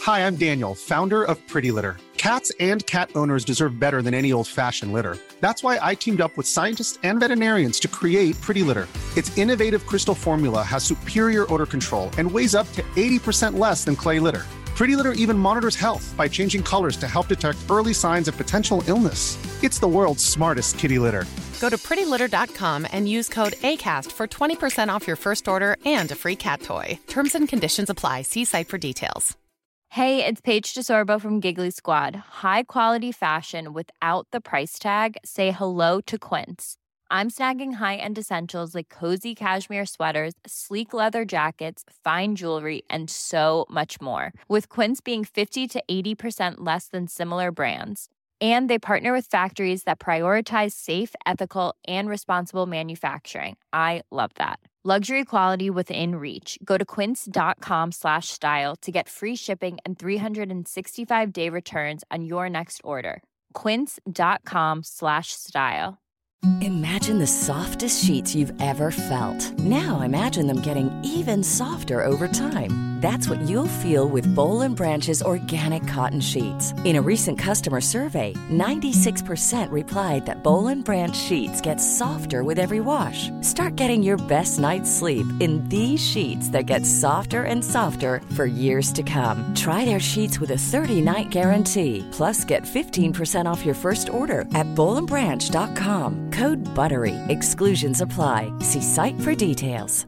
Hi, I'm Daniel, founder of Pretty Litter. Cats and cat owners deserve better than any old-fashioned litter. That's why I teamed up with scientists and veterinarians to create Pretty Litter. Its innovative crystal formula has superior odor control and weighs up to 80% less than clay litter. Pretty Litter even monitors health by changing colors to help detect early signs of potential illness. It's the world's smartest kitty litter. Go to prettylitter.com and use code ACAST for 20% off your first order and a free cat toy. Terms and conditions apply. See site for details. Hey, it's Paige DeSorbo from Giggly Squad. High quality fashion without the price tag. Say hello to Quince. I'm snagging high-end essentials like cozy cashmere sweaters, sleek leather jackets, fine jewelry, and so much more. With Quince being 50 to 80% less than similar brands. And they partner with factories that prioritize safe, ethical, and responsible manufacturing. I love that. Luxury quality within reach. Go to quince.com/style to get free shipping and 365-day returns on your next order. Quince.com/style. Imagine the softest sheets you've ever felt. Now imagine them getting even softer over time. That's what you'll feel with Boll & Branch's organic cotton sheets. In a recent customer survey, 96% replied that Boll & Branch sheets get softer with every wash. Start getting your best night's sleep in these sheets that get softer and softer for years to come. Try their sheets with a 30-night guarantee. Plus, get 15% off your first order at bollandbranch.com. Code BUTTERY. Exclusions apply. See site for details.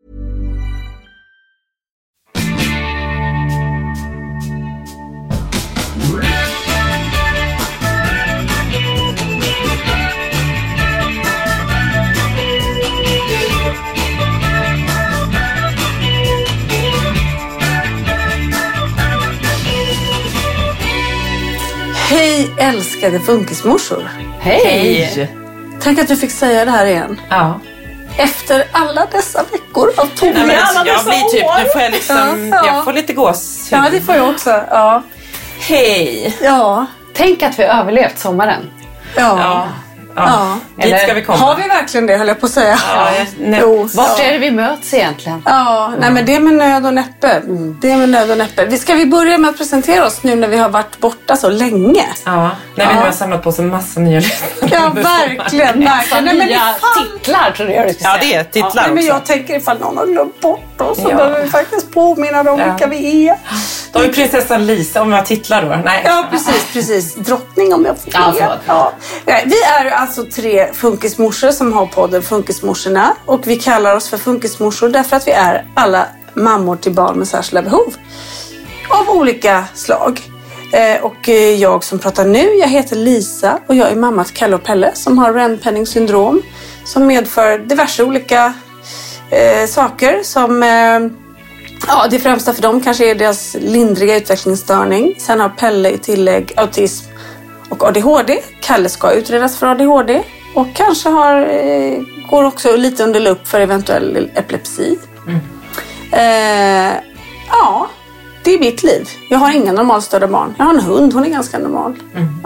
Hej älskade funkismorsor. Hej! Tänk att du fick säga det här igen. Ja. Efter alla dessa veckor av tomhet. Jag blir typ, nu får jag liksom, jag får lite gås. Ja, det får jag också. Ja. Hej! Ja. Tänk att vi överlevt sommaren. Ja. Ja. Dit ska vi komma. Har vi verkligen det, höll jag på att säga. Vart är det vi möts egentligen? Nej, men det är med nöd och näppe. Det är med nöd och näppe. Ska vi börja med att presentera oss nu när vi har varit borta så länge? Ja, när vi nu har samlat på så massa nya lyssnare. Ja, verkligen. Nya titlar tror jag du ska säga. Ja, det är titlar också. Men jag tänker ifall någon har glömt bort oss så behöver vi faktiskt påminna dem vilka vi är. Då är prinsessan Lisa, om jag har titlar då. Nej. Ja, precis. Drottning om jag får Vi är alltså 3 funkismorsor som har podden Funkismorsorna. Och vi kallar oss för funkismorsor därför att vi är alla mammor till barn med särskilda behov. Av olika slag. Och jag som pratar nu, jag heter Lisa och jag är mamma till Kalle och Pelle som har Renpenning syndrom. Som medför diverse olika saker som... det främsta för dem kanske är deras lindriga utvecklingsstörning. Sen har Pelle i tillägg autism och ADHD. Kalle ska utredas för ADHD. Och kanske går också lite under lupp för eventuell epilepsi. Det är mitt liv. Jag har inga normalstörda barn. Jag har en hund, hon är ganska normal.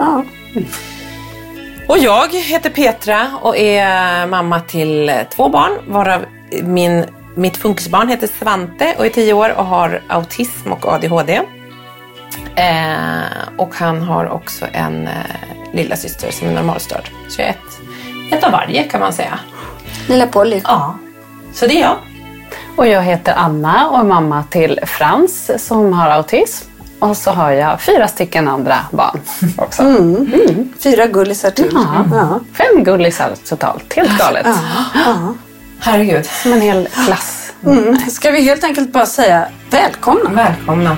Och jag heter Petra och är mamma till 2 barn. Varav mitt funkisbarn heter Svante och är 10 år och har autism och ADHD. Och han har också en lilla syster som är normalstörd. Så jag är ett av varje kan man säga. Lilla Polly. Ja, så det är jag. Och jag heter Anna och är mamma till Frans som har autism. Och så har jag 4 stycken andra barn också. 4 gullisar till. 5 gullisar totalt. Helt galet. Herregud. Som en hel klass. Ska vi helt enkelt bara säga välkomna. Välkomna.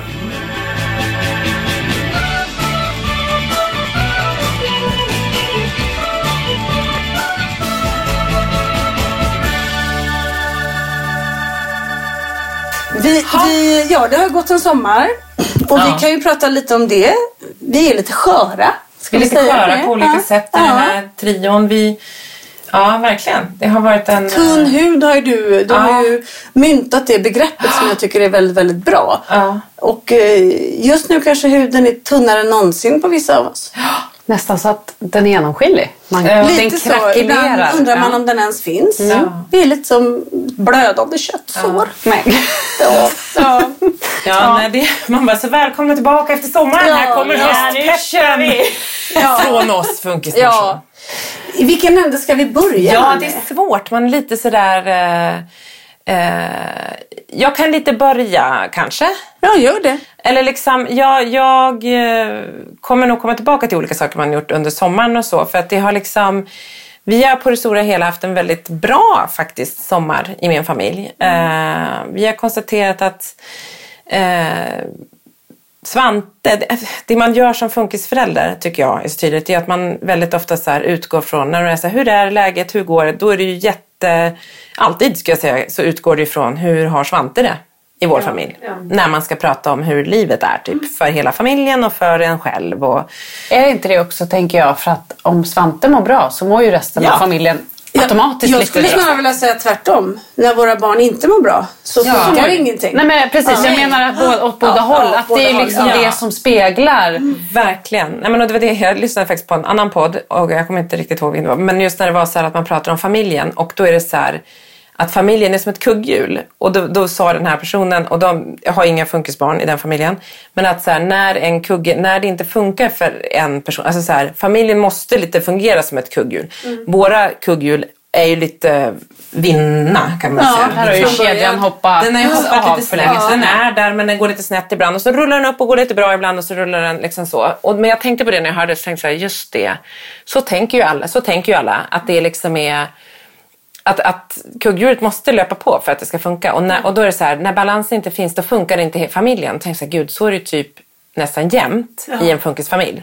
Det har gått en sommar. Och vi kan ju prata lite om det. Vi är lite sköra. Vi är lite sköra på olika sätt i den här trion. Ja, verkligen. Det har varit en... Tunn hud har ju du. Du har ju myntat det begreppet som jag tycker är väldigt, väldigt bra. Och just nu kanske huden är tunnare än någonsin på vissa av oss. Nästan så att den är genomskinlig. Lite så. Ibland undrar man om den ens finns. Det är lite som blödande köttsår. Man bara så välkomna tillbaka efter sommaren. Här kommer höstpeppen från oss funkismorsor. I vilken ände ska vi börja? Ja, det är svårt. Man är lite sådär... jag kan lite börja kanske. Ja, gör det. Eller liksom, jag kommer nog komma tillbaka till olika saker man har gjort under sommaren och så. För att det har liksom... Vi har på det stora hela haft en väldigt bra faktiskt sommar i min familj. Vi har konstaterat att Svante, det man gör som funkisförälder tycker jag är så tydligt, är att man väldigt ofta så här utgår från, när det är så här, hur är läget, hur går det? Då är det ju alltid ska jag säga, så utgår det ifrån hur har Svante det i vår familj. Ja. När man ska prata om hur livet är typ för hela familjen och för en själv. Och... Är inte det också, tänker jag, för att om Svante mår bra så mår ju resten av familjen automatiskt jag skulle snarare vilja säga tvärtom. När våra barn inte mår bra så funkar ingenting. Nej, men precis, jag menar att åt båda håll. Att det är liksom det som speglar. Verkligen. Nej, men det var det. Jag lyssnade faktiskt på en annan podd och jag kommer inte riktigt ihåg vilken det var. Men just när det var så här att man pratar om familjen och då är det så här att familjen är som ett kugghjul. Och då sa den här personen, och jag har inga funkisbarn i den familjen, men att så här, när det inte funkar för en person, alltså så här, familjen måste lite fungera som ett kugghjul. Våra kugghjul är ju lite vinna, kan man säga. Här har ju kedjan hoppat. Den har ju hoppat lite för länge, så den är där, men den går lite snett ibland och så rullar den upp och går lite bra ibland och så rullar den liksom så. Men jag tänkte på det när jag hörde, så tänkte jag, just det, så tänker ju alla att det liksom är att kugghjulet måste löpa på för att det ska funka. Och då är det så här, när balansen inte finns, då funkar det inte i familjen. Tänk så här, gud, så är det typ nästan jämnt i en funkisfamilj.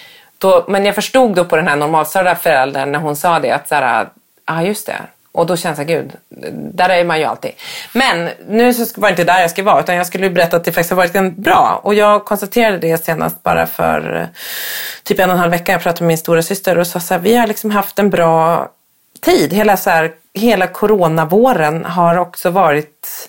Men jag förstod då på den här normalstörda föräldern när hon sa det, att så här, just det. Och då känns det, gud, där är man ju alltid. Men nu så var det inte där jag skulle vara, utan jag skulle berätta att det faktiskt har varit en bra. Och jag konstaterade det senast bara för typ 1,5 vecka. Jag pratade med min stora syster och sa så här, vi har liksom haft en bra tid. Hela coronavåren har också varit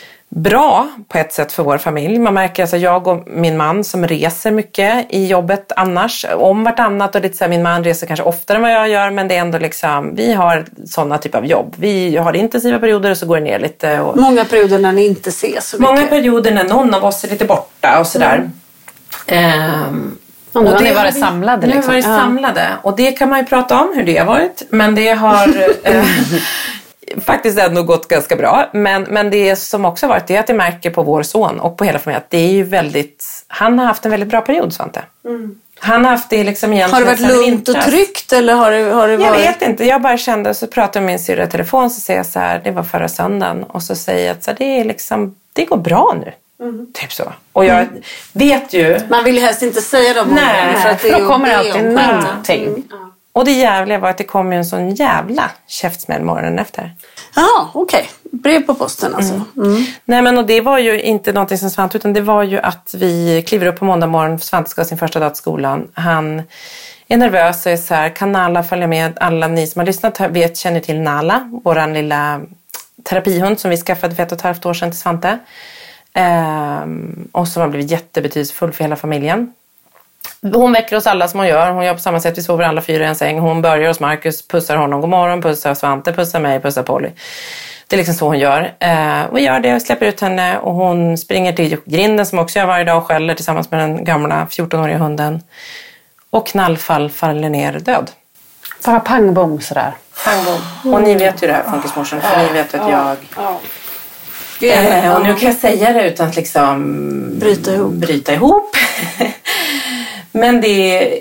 bra på ett sätt för vår familj. Man märker alltså jag och min man som reser mycket i jobbet annars, om vartannat, och lite så här, min man reser kanske oftare än vad jag gör, men det är ändå liksom, vi har sådana typ av jobb. Vi har intensiva perioder och så går det ner lite. Och många perioder när ni inte ses så mycket. Många perioder när någon av oss är lite borta och sådär. Och nu har ni varit samlade. Nu har vi varit samlade. Och det kan man ju prata om hur det har varit. Men det har faktiskt ändå gått ganska bra. Men det som också har varit, det är att jag märker på vår son och på hela familjen att det är ju han har haft en väldigt bra period, Svante. Han har haft det liksom egentligen. Har det varit lugnt och tryggt eller har det varit... Jag vet inte. Jag bara kände, så pratade jag med min syrra i telefon, så säger jag så här, det var förra söndagen. Och så säger jag att så här, det är liksom, det går bra nu. Typ så. Och jag vet ju... Man vill ju helst inte säga de orden. För att då kommer alltid någonting. Och det jävliga var att det kom ju en sån jävla käftsmäll morgonen efter. Ja, okej. Brev på posten alltså. Nej, men och det var ju inte någonting som Svante, utan det var ju att vi kliver upp på måndag morgon, för Svante ska ha sin första dag till skolan. Han är nervös och är så här, kan Nala följa med? Alla ni som har lyssnat känner till Nala, våran lilla terapihund som vi skaffade för 1,5 år sedan till Svante. Och som har blivit jättebetydelsefull för hela familjen. Hon väcker oss alla som hon gör på samma sätt, vi sover alla 4 i en säng. Hon börjar hos Marcus, pussar honom god morgon, pussar Svante, pussar mig, pussar Polly. Det är liksom så hon gör. Vi gör det och släpper ut henne, och hon springer till grinden som också gör varje dag och skäller tillsammans med den gamla 14-åriga hunden. Och knallfall faller ner död. Bara pangbom sådär. Pangbom. Och ni vet ju det här, funkismorsan, för ni vet att jag... och nu kan jag säga det utan att liksom bryta ihop. Men det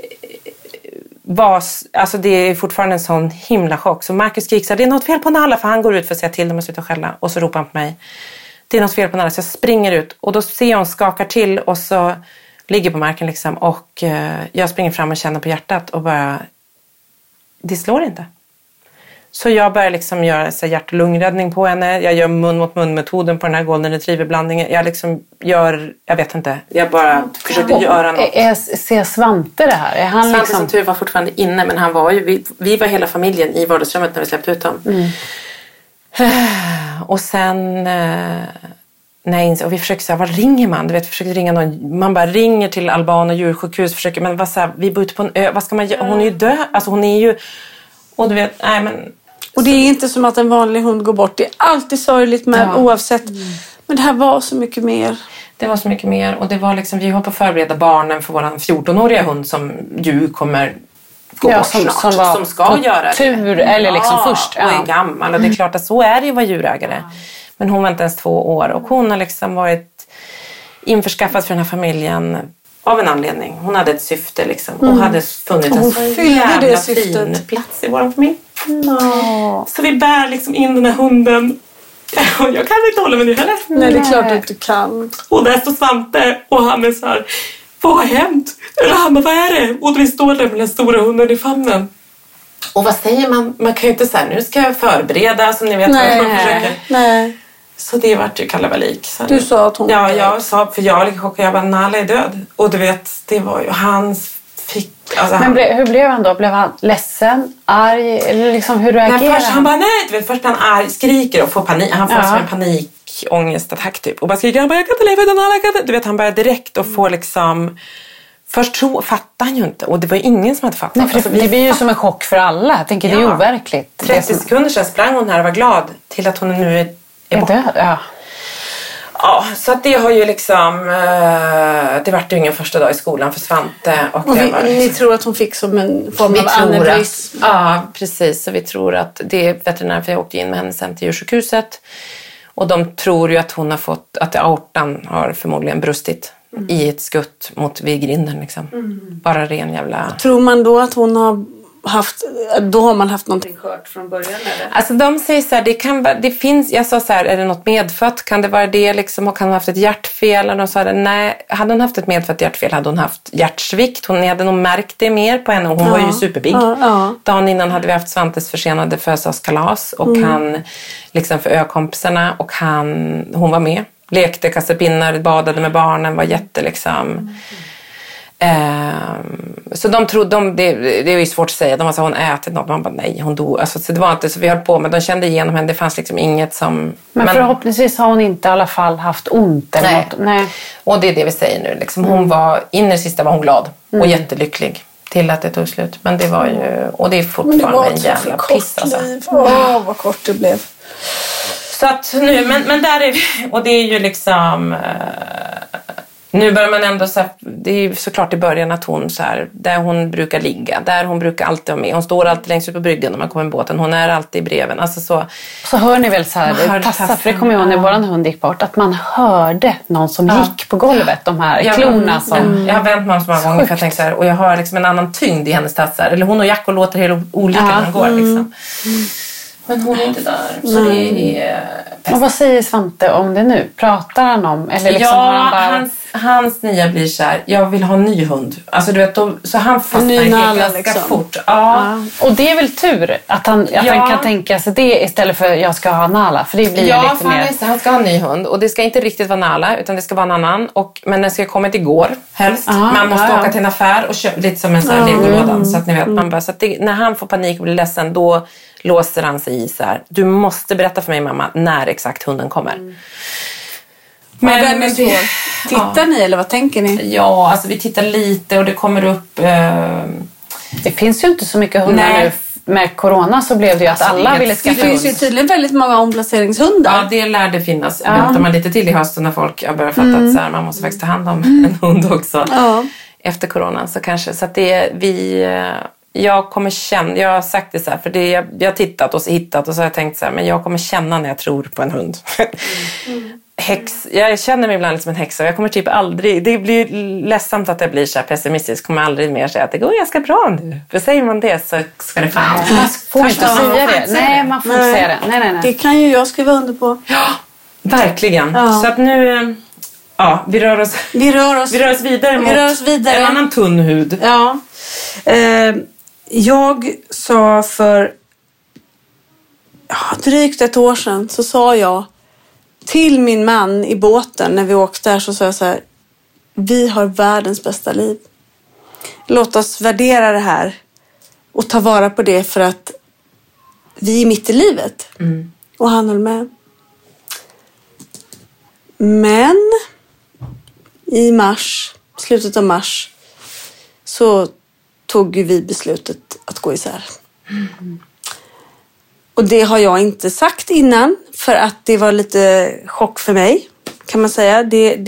är fortfarande en sån himla chock. Så Marcus skriker, det är något fel på Nala, för han går ut för att säga till dem att sluta skälla. Och så ropar han på mig, det är något fel på Nala. Så jag springer ut och då ser hon skakar till och så ligger på marken liksom. Och jag springer fram och känner på hjärtat och bara, det slår inte. Så jag börjar liksom göra så hjärt- och lungräddning på henne. Jag gör mun-mot-mun-metoden på den här golden retriever-blandningen. Jag liksom jag vet inte. Jag bara försöker göra något. Ser Svante det här? Är han Svante liksom... som tur var fortfarande inne, men han var ju, vi var hela familjen i vardagsrummet när vi släppte ut dem. Och sen Nej, och vi försöker säga, vad ringer man? Du vet, vi försöker ringa någon. Man bara ringer till Alban och djursjukhus. Försöker, men vad så här, vi bor ute på en ö. Vad ska man göra? Hon är ju död. Alltså hon är ju... Och du vet, nej men... Och det är inte som att en vanlig hund går bort. Det är alltid sorgligt med oavsett. Men det här var så mycket mer. Det var så mycket mer. Och det var liksom, vi har på att förbereda barnen för våran 14-åriga hund som ju kommer gå bort snart. Som ska göra tur, det. Eller liksom först. Och är gammal. Och det är klart att så är det ju att vara djurägare. Men hon var inte ens 2 år. Och hon har liksom varit införskaffad för den här familjen av en anledning. Hon hade ett syfte liksom. Och hade funnit en så jävla fin plats i vår familj. Så vi bär liksom in den här hunden. Jag kan inte hålla med det heller. Nej, det är klart att du kan. Och där står Svante och han är så här, vad har hänt? Eller han bara, vad är det? Och vi står där med den stora hunden i famnen. Och vad säger man? Man kan ju inte säga, nu ska jag förbereda som ni vet. Nej, man försöker. Nej. Så det vart ju kalabalik. Du sa att hon... Ja, jag sa, för jag var lite chockad. Jag bara, Nala är död. Och du vet, det var ju hans... Alltså men hur blev han då? Blev han ledsen, arg? Eller liksom, hur reagerade han? Han bara, nej, du vet, först blir han arg, skriker och får panik. Han får en panikångestattack typ. Och bara skriker, han bara, jag kan inte leva utan alla. Du vet, han börjar direkt och får liksom... Först fattar han ju inte. Och det var ju ingen som hade fattat. Nej, för alltså, det blir ju som en chock för alla. Jag tänker, det är overkligt. 30 sekunder sedan sprang hon här och var glad till att hon nu är borta. Död, Ja, så att det har ju liksom... det vart ju ingen första dag i skolan för Svante. Och ni tror att hon fick som en form av aneurysm? Ja, precis. Så vi tror att det är veterinären, för jag åkte in med henne sen till djursjukhuset. Och de tror ju att hon har fått... Att aortan har förmodligen brustit i ett skutt vid grinden liksom. Bara ren jävla... Tror man då att hon har haft... Då har man haft någonting skört från början, eller? Alltså de säger så här, det finns... Jag sa så här, är det något medfött? Kan det vara det liksom? Och kan hon haft ett hjärtfel? Och de sa, nej, hade hon haft ett medfött hjärtfel hade hon haft hjärtsvikt. Hon hade nog märkt det mer på henne. Hon var ju superbig. Dagen innan hade vi haft Svantes försenade födelsedagskalas. Och han, liksom för ökompisarna. Och hon var med. Lekte, kastade pinnar, badade med barnen. Var jätte liksom... Så de trodde, det är ju svårt att säga, de var så hon ätit något, man bara nej, hon dog, alltså, så det var inte så vi höll på, men de kände igenom henne, det fanns liksom inget som... Men förhoppningsvis har hon inte i alla fall haft ont eller nej. Något. Nej. Och det är det vi säger nu liksom. Hon var, in i sista var hon glad och jättelycklig till att det tog slut, men det var ju, och det är fortfarande en jävla piss alltså. Vad kort det blev. Så att nu, men där är vi, och det är ju liksom... Nu börjar man ändå så här, det är såklart i början att hon så här, där hon brukar ligga, där hon brukar alltid vara med. Hon står alltid längst upp på bryggen när man kommer med båten. Hon är alltid i breven. Alltså så hör ni väl så här, tassa, för det kommer jag ihåg när våran hund gick bort, att man hörde någon som gick på golvet, de här klorna som... Jag har vänt mig om så många gånger för jag tänkte så här, och jag hör liksom en annan tyngd i hennes tassar. Eller hon och Jacko låter helt olika när de går liksom. Men hon är inte där. Så det är... Och vad säger Svante om det nu? Pratar han om? Eller liksom han bara... hans nya blir så här, jag vill ha en ny hund. Alltså du vet, så han fastnar ganska liksom fort. Ja. Och det är väl tur att han kan tänka sig det istället för jag ska ha Nala. För det blir lite mer... han ska ha en ny hund. Och det ska inte riktigt vara Nala, utan det ska vara en annan. Men den ska komma igår, helst. Man måste åka till en affär och köpa lite som en sån här legolåda. Så att ni vet, man bara, så att när han får panik och blir ledsen, då låser han sig i så här. Du måste berätta för mig, mamma, när exakt hunden kommer. Men tittar ni eller vad tänker ni? Ja, alltså vi tittar lite och det kommer upp... Det finns ju inte så mycket hundar nu. Med corona så blev det ju att alla ville skaffa hund. Det finns ju tydligen väldigt många omplaceringshundar. Ja, det lär det finnas. Väntar man lite till i hösten när folk har börjat fatta att så här, man måste faktiskt ta hand om en hund också. Efter coronan så kanske. Så att det jag kommer känna, jag har sagt det så här, för det, jag har tittat och hittat och så har jag tänkt så här, men jag kommer känna när jag tror på en hund. Jag känner mig ibland som en häxa och jag kommer typ aldrig, det blir ledsamt att jag blir så här pessimistisk, kommer aldrig mer säga att det går ganska bra nu. För säger man det så ska det fan. Man får inte säga det. Nej, man får inte säga det. Nej. Det kan ju jag skriva under på. Ja, verkligen. Ja. Så att nu, vi rör oss vidare mot en annan tunn hud. Ja. Jag sa för drygt ett år sedan så sa jag till min man i båten när vi åkte där, så sa jag så här: vi har världens bästa liv. Låt oss värdera det här och ta vara på det, för att vi är mitt i livet. Och han höll med. Men i slutet av mars, så tog vi beslutet att gå isär. Och det har jag inte sagt innan, för att det var lite chock för mig, kan man säga.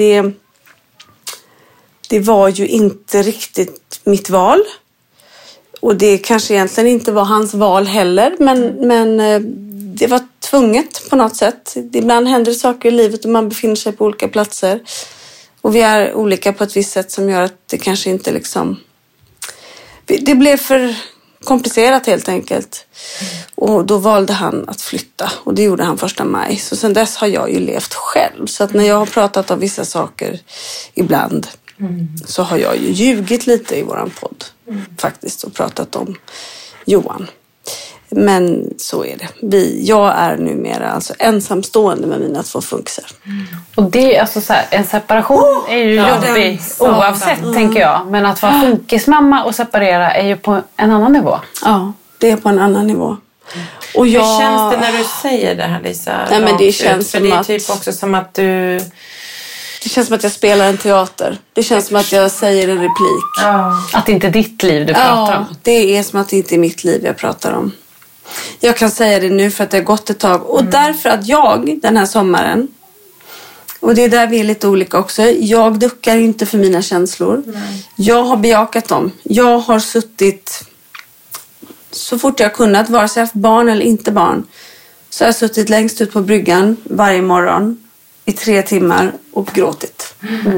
Det var ju inte riktigt mitt val. Och det kanske egentligen inte var hans val heller, men det var tvunget på något sätt. Ibland händer saker i livet och man befinner sig på olika platser. Och vi är olika på ett visst sätt som gör att det kanske inte liksom... Det blev för komplicerat helt enkelt. Och då valde han att flytta. Och det gjorde han 1 maj. Så sen dess har jag ju levt själv. Så att när jag har pratat om vissa saker ibland så har jag ju ljugit lite i våran podd. Faktiskt, och pratat om Johan. Men så är det. Jag är numera alltså ensamstående med mina 2 funkisar. Och det är alltså så här, en separation är ju jobbig oavsett, tänker jag. Men att vara funkismamma och separera är ju på en annan nivå. Ja, det är på en annan nivå. Och hur känns det när du säger det här, Lisa? Nej, men det känns som det är att... typ också som att du... Det känns som att jag spelar en teater. Det känns som att jag säger en replik. Att det inte är ditt liv du pratar om. Ja, det är som att det inte är mitt liv jag pratar om. Jag kan säga det nu för att det har gått ett tag. Och därför att jag, den här sommaren, och det är där vi är lite olika också, jag duckar inte för mina känslor. Jag har bejakat dem. Jag har suttit så fort jag kunnat, vare sig jag haft barn eller inte barn, så har jag suttit längst ut på bryggan varje morgon i 3 timmar och gråtit.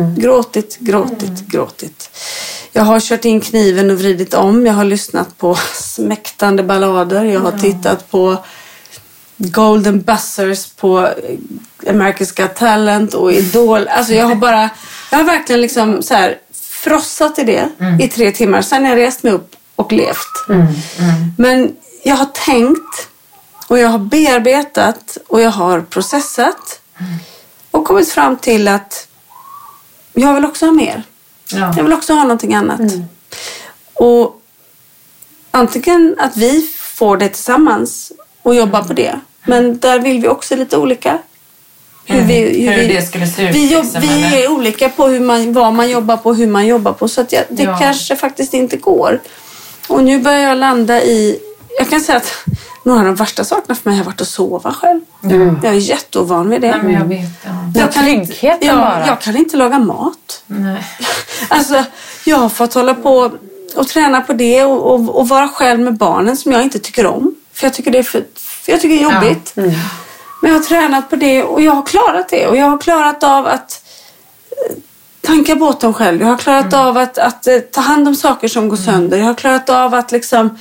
Gråtit. Jag har kört in kniven och vridit om. Jag har lyssnat på smäktande ballader. Jag har tittat på Golden Buzzers på America's Got Talent och Idol. Alltså jag har verkligen liksom så här frossat i det i 3 timmar. Sen har jag rest mig upp och levt. Men jag har tänkt och jag har bearbetat och jag har processat och kommit fram till att jag vill också ha mer. Ja. Jag vill också ha någonting annat. Och antingen att vi får det tillsammans och jobbar på det. Men där vill vi också lite olika. Hur det skulle se ut. Vi är olika på vad man jobbar på, hur man jobbar på. Så att det kanske faktiskt inte går. Och nu börjar jag landa i... Jag kan säga att några av de värsta sakerna för mig har varit att sova själv. Jag är jätteovan vid det. Nej, men jag vet. Jag kan inte laga mat. Nej. Alltså, jag har fått hålla på och träna på det och vara själv med barnen som jag inte tycker om. För jag tycker det är jobbigt. Men jag har tränat på det och jag har klarat det. Och jag har klarat av att tanka bort dem själv. Jag har klarat av att ta hand om saker som går sönder. Jag har klarat av att liksom...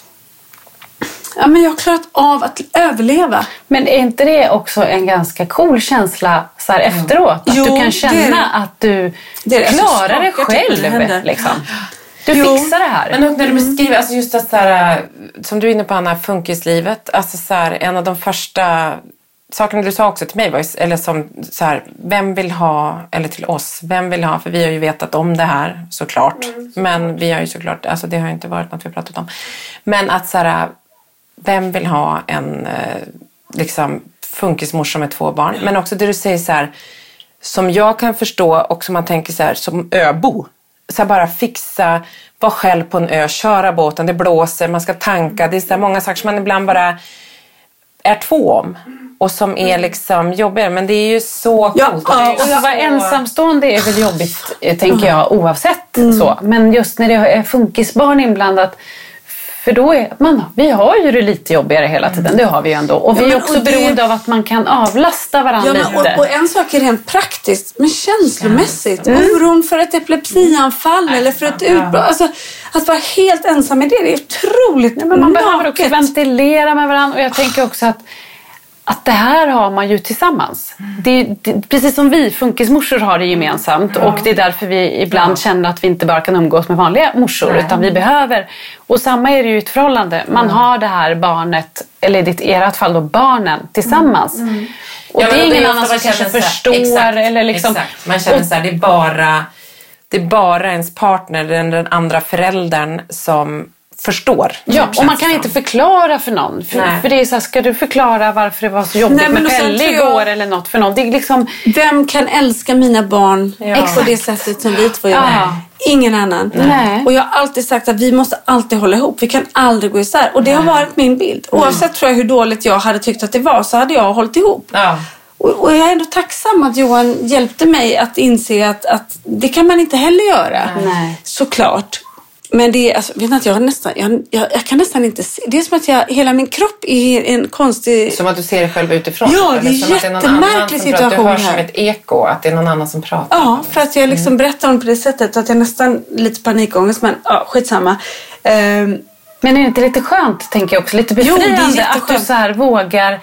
Ja, men jag har klarat av att överleva. Men är inte det också en ganska cool känsla så här efteråt? Att du kan känna att du klarar det själv. Liksom. Du fixar det här. Men när du beskriver, alltså just det så här, som du är inne på, Anna, funkislivet. Alltså så här, en av de första sakerna du sa också till mig var, eller som så här, vem vill ha, eller till oss, vem vill ha, för vi har ju vetat om det här såklart. Men vi har ju såklart, alltså det har ju inte varit något vi har pratat om. Men att så här, vem vill ha en liksom funkismorsa med 2 barn? Men också det du säger så här, som jag kan förstå och som man tänker så här, som öbo. Så här, bara fixa, vara själv på en ö, köra båten, det blåser, man ska tanka. Det är så här många saker som man ibland bara är 2 om. Och som är liksom jobbigare. Men det är ju så coolt. Och att vara ensamstående är väl jobbigt, tänker jag, oavsett så. Men just när det är funkisbarn inblandat, för då är vi har ju det lite jobbigare hela tiden, det har vi ju ändå. Och vi är också beroende av att man kan avlasta varandra lite. Och en sak är rent praktiskt, men känslomässigt. Oron för ett epilepsianfall eller för ett utbrott. Alltså, att vara helt ensam i det är otroligt. Men man behöver också ventilera med varandra. Och jag tänker också att det här har man ju tillsammans. Det, precis som vi funkismorsor har det gemensamt. Och det är därför vi ibland känner att vi inte bara kan umgås med vanliga morsor. Utan vi behöver. Och samma är det ju i ett förhållande. Man har det här barnet, eller i ert fall då barnen, tillsammans. Och det är ingen annan som kanske förstår. Eller liksom, exakt. Man känner så här, det är bara ens partner, den andra föräldern som förstår. Ja, och man kan inte förklara för någon. För det är så här, ska du förklara varför det var så jobbigt med Pelle igår eller något för någon? Det är liksom... Vem kan älska mina barn på det sättet som vi två gör? Ingen annan. Nej. Och jag har alltid sagt att vi måste alltid hålla ihop. Vi kan aldrig gå isär. Och det har varit min bild. Oavsett tror jag hur dåligt jag hade tyckt att det var, så hade jag hållit ihop. Ja. Och jag är ändå tacksam att Johan hjälpte mig att inse att det kan man inte heller göra. Nej. Såklart. Men det är, alltså, vet inte, jag kan nästan inte se. Det är som att hela min kropp är en konstig... Som att du ser dig själv utifrån. Ja, det är en jättemärklig situation här. Du hörs som här. ett eko, att det är någon annan som pratar. Ja, för att jag liksom berättar om på det sättet att jag nästan lite panikångest, men skitsamma. Men är det inte lite skönt, tänker jag också, lite befriande att du så här vågar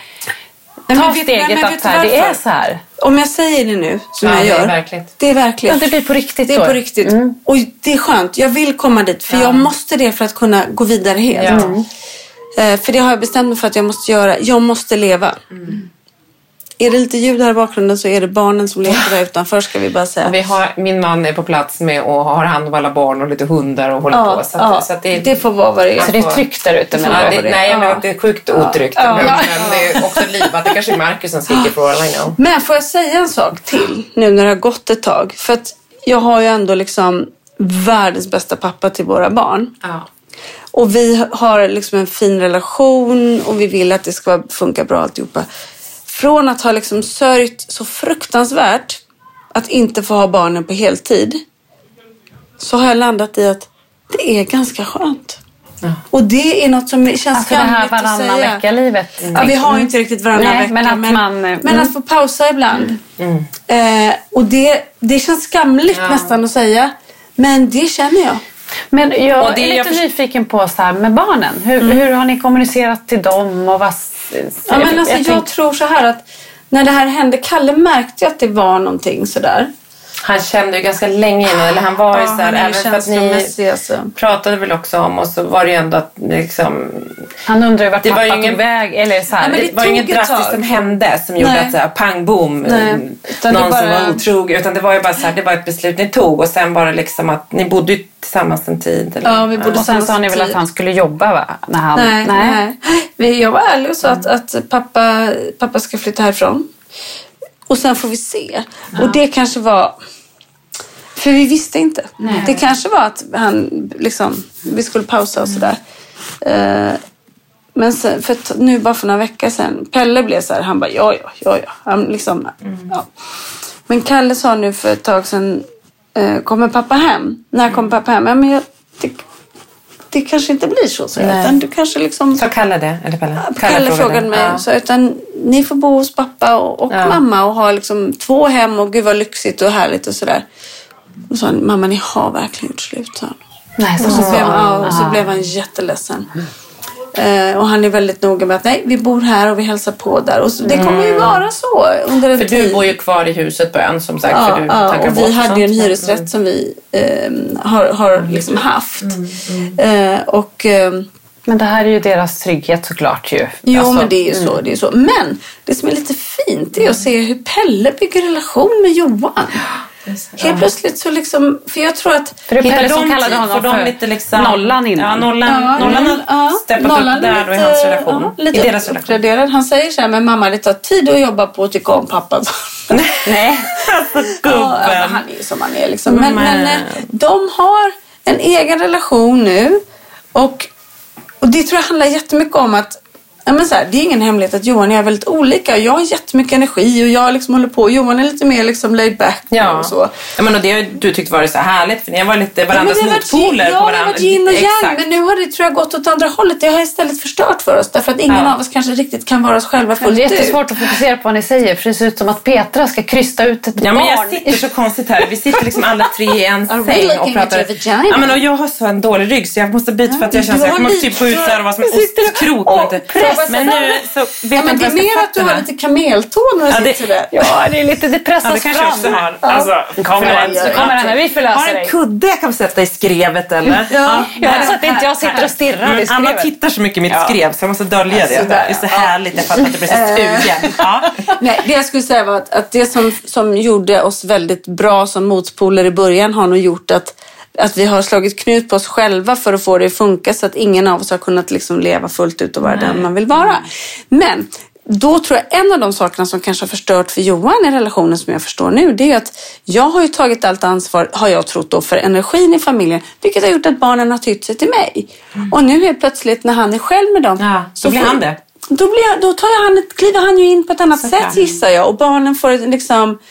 ta steget att det är så här? Om jag säger det nu, som jag gör. Det är verkligt. Ja, det blir på riktigt. Det är på riktigt. Och det är skönt. Jag vill komma dit, för jag måste det för att kunna gå vidare helt. För det har jag bestämt mig för att jag måste göra. Jag måste leva. Är det lite ljud här i bakgrunden så är det barnen som leker där utanför, ska vi bara säga. Min man är på plats med och har hand om alla barn och lite hundar och håller på. Så att det får vara vad det är. Så det är tryggt där ute? Nej, jag menar att det är sjukt otryggt. Men det är också livat. Det kanske är Marcus som skriker för all I know. Men får jag säga en sak till nu när det har gått ett tag? För att jag har ju ändå liksom världens bästa pappa till våra barn. Ja. Och vi har liksom en fin relation och vi vill att det ska funka bra alltihopa. Från att ha liksom sörjt så fruktansvärt att inte få ha barnen på heltid, så har jag landat i att det är ganska skönt. Ja. Och det är något som känns skamligt att säga. Det här varannan vecka-livet. Ja, vi har ju inte riktigt varannan vecka. Men att få pausa ibland. Och det känns skamligt nästan att säga. Men det känner jag. Men jag är lite nyfiken på så här med barnen. Hur har ni kommunicerat till dem? Och vad... Ja, men alltså, jag tror så här att när det här hände, Kalle märkte ju att det var någonting sådär. Han kände ju ganska länge innan, eller han var ju så här, även för att ni pratade väl också om, och så var det ju ändå att liksom... Han undrar ju vart pappa tog väg, eller så här. Det var ju inget drastiskt som hände som gjorde att så här, pang, boom, någon som var otrogen, utan det var ju bara så här, det var ett beslut ni tog, och sen var det liksom att ni bodde ju tillsammans en tid. Eller? Ja, vi bodde och sen sa ni väl att han skulle jobba, va? När han... Nej. Jag var ärlig och sa att pappa ska flytta härifrån. Och sen får vi se. Ja. Och det kanske var... För vi visste inte. Nej. Det kanske var att han liksom... Vi skulle pausa och sådär. Men sen, för nu bara för några veckor sedan... Pelle blev så här. Han bara, ja. Han liksom... Ja. Men Kalle sa nu för ett tag sedan... kommer pappa hem? När kommer pappa hem? Ja, men det kanske inte blir så. Utan du kanske liksom... Så Kalle det? Eller Pelle? Kalle frågade mig. Ja. Så, utan ni får bo hos pappa och mamma och ha liksom 2 hem, och gud vad lyxigt och härligt och sådär. Och så han, mamma, ni har verkligen gjort slut, så. Nej, och så blev han jätteledsen. Och han är väldigt noga med att nej, vi bor här och vi hälsar på där. Och så, det kommer ju vara så under en tid. För du bor ju kvar i huset på ön, som sagt. För du och vi hade ju en hyresrätt som vi har liksom haft. Men det här är ju deras trygghet såklart ju. Jo, alltså, men det är ju så, det är så. Men det som är lite fint är att se hur Pelle bygger relation med Johan. Helt plötsligt så liksom, för jag tror att... För det är Pelle som kallade honom för lite liksom, nollan innan. Ja, nollan har steppat upp där då i hans relation. Lite i deras relation. Han säger så här, men mamma, det tar tid att jobba på att tycka om pappa. Nej, alltså gubben. Men han är ju som han är liksom. Men de har en egen relation nu. Och det tror jag handlar jättemycket om att men så här, det är ingen hemlighet att Johan och jag är väldigt olika. Jag har jättemycket energi och jag liksom håller på. Johan är lite mer liksom laid back och så. Ja, men och det har du tyckt varit så härligt, för ni har varit lite varandras motpoler på varandra. Ja, det har varit yin och yang, men nu har det, tror jag, gått åt andra hållet. Det har istället förstört för oss, därför att ingen av oss kanske riktigt kan vara oss själva fullt ut. Det är jättesvårt att fokusera på vad ni säger, för det ser ut som att Petra ska krysta ut ett barn. Men jag sitter så konstigt här. Vi sitter liksom alla 3 i en säng och pratar. Ja, men och jag har så en dålig rygg, så jag måste byta för att jag känner att jag måste typ gå ut där och vara som en ostkrok. Men nu så vet jag inte. Det är mer att du har lite kameltån när du sitter där. Ja, det är lite depressat. Det kanske också har. Alltså, kommer vi förlöser dig. Har en kudde jag kan sätta i skrevet, eller? Ja, så att inte jag sitter och stirrar i skrevet. Anna tittar så mycket i mitt skrev, så jag måste dölja det. Det är så härligt, jag fattar att det blir så sugen. Nej, det jag skulle säga var att det som gjorde oss väldigt bra som motpoler i början har nog gjort att vi har slagit knut på oss själva för att få det att funka så att ingen av oss har kunnat liksom leva fullt ut och vara den man vill vara. Men då tror jag en av de sakerna som kanske har förstört för Johan i relationen som jag förstår nu, det är att jag har ju tagit allt ansvar, har jag trott då, för energin i familjen, vilket har gjort att barnen har tytt sig till mig. Och nu är plötsligt när han är själv med dem, så blir han det. Då kliver han ju in på ett annat sätt, gissar jag. Och barnen får liksom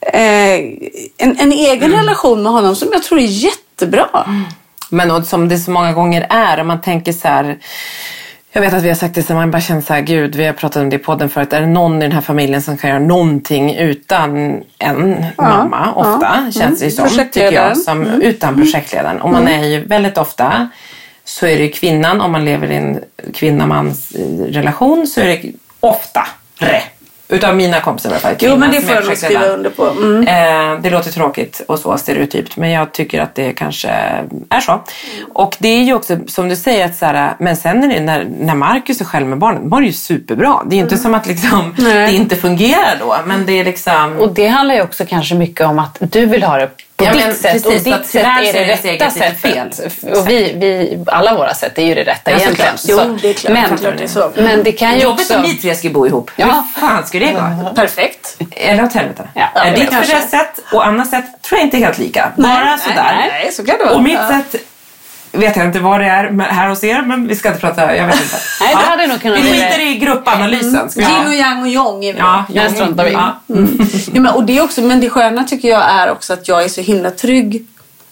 en egen relation med honom som jag tror är jättebra. Men som det så många gånger är, om man tänker så här. Jag vet att vi har sagt det så man bara känner så här, gud, vi har pratat om det i podden förut. Är det någon i den här familjen som kan göra någonting utan en mamma? Ofta känns det som, tycker jag, som utan projektledaren. Och man är ju väldigt ofta, så är det ju kvinnan, om man lever i en kvinna-mans relation, så är det ofta utav mina kompisar i alla fall. Jo, men det får jag skriva under på. Det låter tråkigt och så stereotypt, men jag tycker att det kanske är så. Och det är ju också, som du säger, att så här, men sen är det när Marcus är själv med barnen, var det ju superbra. Det är ju inte som att liksom, det inte fungerar då, men det är liksom... Och det handlar ju också kanske mycket om att du vill ha det på ditt sätt, precis, och ditt sätt är det rätta sättet. Och vi, alla våra sätt är ju det rätta egentligen. Jo, det är klart. Men det kan ju också... Jobbigt om vi tre ska bo ihop. Hur fan ska det gå? Perfekt. Eller åt helvete. Ditt för det sätt och annat sätt tror jag inte är helt lika. Bara sådär. Nej, så kan det vara. Och mitt sätt... vet jag inte vad det är här hos er, men vi ska inte prata, jag vet inte. Nej, det hade nog kunnat vi skiter i gruppanalysen. Yin och yang och jong är vi. Ja, jag struntar vi. Ja, men, och det är också, men det sköna tycker jag är också att jag är så himla trygg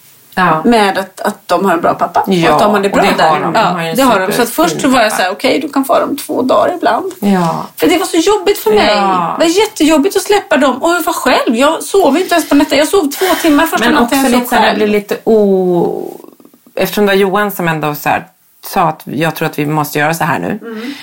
med att de har en bra pappa. Ja, och att de har det bra det där. har de. Det har de. Så att först så var jag så här, okej, du kan få dem 2 dagar ibland. Ja. För det var så jobbigt för mig. Det var jättejobbigt att släppa dem. Och jag var själv. Jag sov inte ens på nätter. Jag sov 2 timmar första natten. Men också lite så här, jag blir lite eftersom det var Johan som ändå så här, sa att jag tror att vi måste göra så här nu.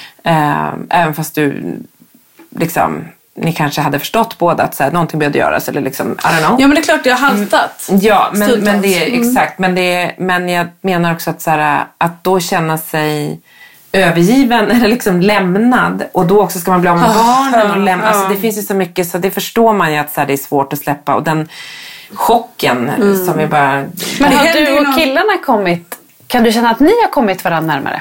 Även fast du liksom, ni kanske hade förstått båda att så här, någonting behövde göras eller liksom, I don't know. Ja, men det är klart det har haltat. Ja, men det är exakt. Men jag menar också att så här, att då känna sig övergiven eller liksom lämnad, och då också ska man bli av med barnen och lämna. Alltså det finns ju så mycket, så det förstår man ju att så här, det är svårt att släppa, och den chocken som vi bara... Men har du och killarna kommit, kan du känna att ni har kommit varandra närmare?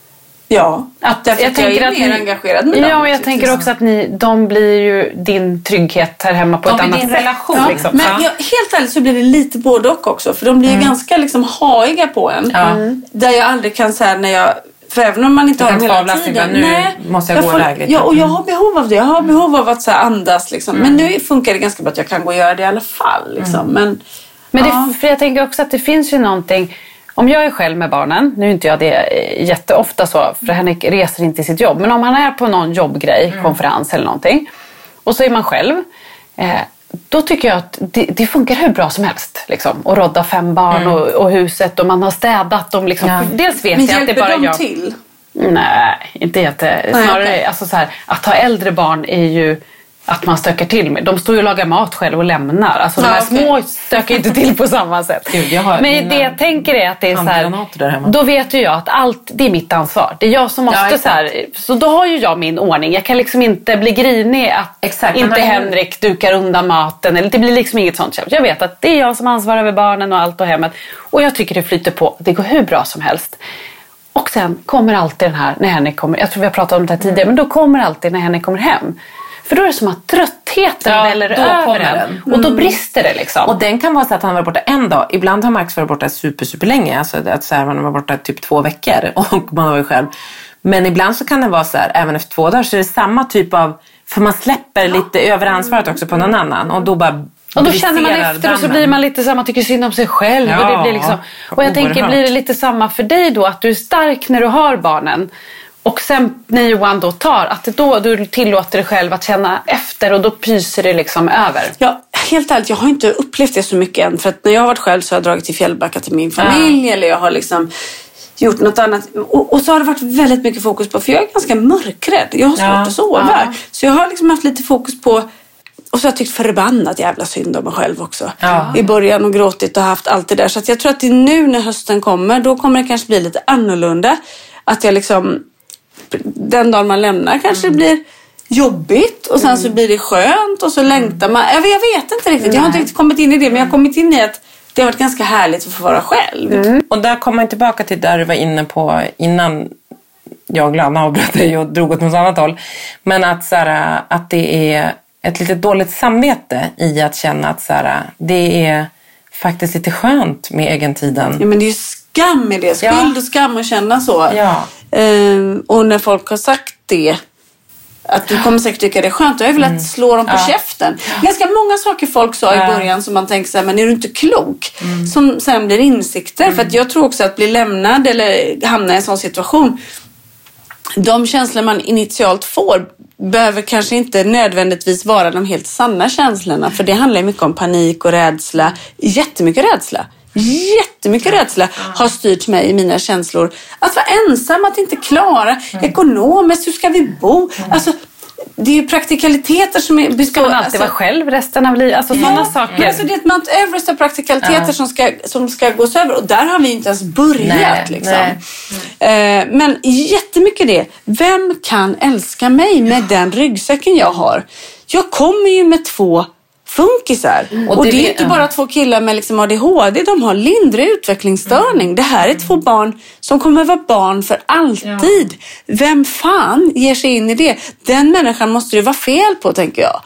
Ja, därför jag tänker att mer engagerad med dem. Ja, och jag tänker också att de blir ju din trygghet här hemma på ett annat sätt. De blir din relation. Ja, liksom. Men helt ärligt så blir det lite både och också. För de blir ju ganska liksom haiga på en. Där jag aldrig kan säga när jag... För även om man inte har dem hela tiden. Nu måste jag gå iväg lite. Ja, och jag har behov av det. Jag har behov av att så här, andas. Liksom. Men nu funkar det ganska bra att jag kan gå och göra det i alla fall. Liksom. Men för jag tänker också att det finns ju någonting... Om jag är själv med barnen, nu är inte jag det jätteofta så, för Henrik reser inte i sitt jobb. Men om han är på någon jobbgrej, konferens eller någonting, och så är man själv, då tycker jag att det funkar hur bra som helst. Liksom. Och rodda 5 barn och huset, och man har städat dem. Liksom. Dels vet jag att det bara hjälper jag... de till? Nej, inte snarare alltså så här, att ha äldre barn är ju... att man stökar till med. De står ju och lagar mat själv och lämnar. Alltså de här små stökar inte till på samma sätt. Gud, men det jag tänker är att det är så här, då vet ju jag att allt, det är mitt ansvar. Det är jag som måste så här, så då har ju jag min ordning. Jag kan liksom inte bli grinig att inte Henrik dukar undan maten. Eller det blir liksom inget sånt. Jag vet att det är jag som ansvarar över barnen och allt och hemmet. Och jag tycker det flyter på. Det går hur bra som helst. Och sen kommer alltid den här, när Henrik kommer, jag tror vi har pratat om det här tidigare, men då kommer alltid när Henrik kommer hem. För då är det som att tröttheten väller över den. Och då brister det liksom. Och den kan vara så att han var borta en dag. Ibland har Max varit borta super länge. Alltså att så här, man var borta typ 2 veckor. Och man var ju själv. Men ibland så kan det vara så här, även efter 2 dagar så är det samma typ av... För man släpper lite över ansvaret också på någon annan. Och då bara... Och då känner man efter och så blir man lite samma, tycker synd om sig själv. Ja, och det blir liksom, och jag tänker, blir det lite samma för dig då? Att du är stark när du har barnen. Och sen när Johan då tar, att då du tillåter dig själv att känna efter, och då pyser det liksom över. Ja, helt ärligt, jag har inte upplevt det så mycket än. För att när jag har varit själv så har jag dragit till Fjällbacka till min familj. Eller jag har liksom gjort något annat. Och så har det varit väldigt mycket fokus på, för jag är ganska mörkrädd. Jag har svårt att sova. Så jag har liksom haft lite fokus på... Och så har jag tyckt förbannat jävla synd om mig själv också. I början och gråtit och haft allt det där. Så att jag tror att det är nu när hösten kommer, då kommer det kanske bli lite annorlunda. Att jag liksom... Den dagen man lämnar kanske det blir jobbigt. Och sen så blir det skönt. Och så längtar man. Jag vet inte riktigt. Jag har inte riktigt kommit in i det. Men jag har kommit in i att det har varit ganska härligt att få vara själv. Och där kommer man tillbaka till där du var inne på innan jag Lana avbröt dig och drog åt något annat håll. Men att, så här, att det är ett lite dåligt samvete i att känna att så här, det är faktiskt lite skönt med egentiden. Ja, men det är ju skam i det. Skuld och skam att känna så. Ja. Och när folk har sagt det, att du kommer säkert tycka det är skönt, då är väl att slå dem på käften. Ganska många saker folk sa i början som man tänker så här, men är du inte klok? Som sen blir insikter. För att jag tror också att bli lämnad eller hamna i en sån situation, de känslor man initialt får behöver kanske inte nödvändigtvis vara de helt sanna känslorna. För det handlar mycket om panik och rädsla. Jättemycket rädsla har styrt mig i mina känslor. Att vara ensam, att inte klara ekonomiskt, hur ska vi bo? Alltså, det är ju praktikaliteter som är... Ska man alltid vara själv resten av livet? Alltså sådana saker. Men alltså det är ett Mount Everest av praktikaliteter som ska gås över. Och där har vi inte ens börjat. Men jättemycket det. Vem kan älska mig med den ryggsäcken jag har? Jag kommer ju med 2 funkisar. Och det är inte bara 2 killar med liksom ADHD. De har lindrig utvecklingsstörning. Det här är 2 barn som kommer vara barn för alltid. Vem fan ger sig in i det? Den människan måste det vara fel på, tänker jag.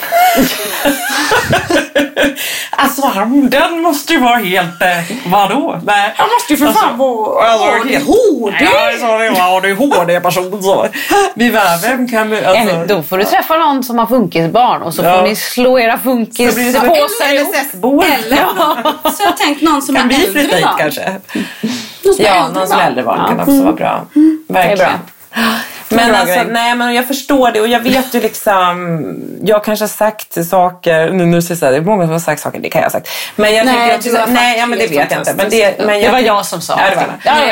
Alltså den måste ju vara helt... vadå? Nej. Jag måste ju för fan vara ADHD. Ja, så det var ADHD-person så. Vem kan vi... Eller då får du träffa någon som har funkisbarn och så får ni slå era funkispåsar ihop. Så jag har tänkt någon som kan är äldre barn. Kanske. Någon som är äldre barn kan också vara bra. Verkligen. Men alltså, nej, men jag förstår det och jag vet ju liksom, jag kanske har sagt saker, nu säger jag det är många som har sagt saker, det kan jag ha sagt. Men jag tänker också, men det vet jag inte. Men det var jag som sa. Jag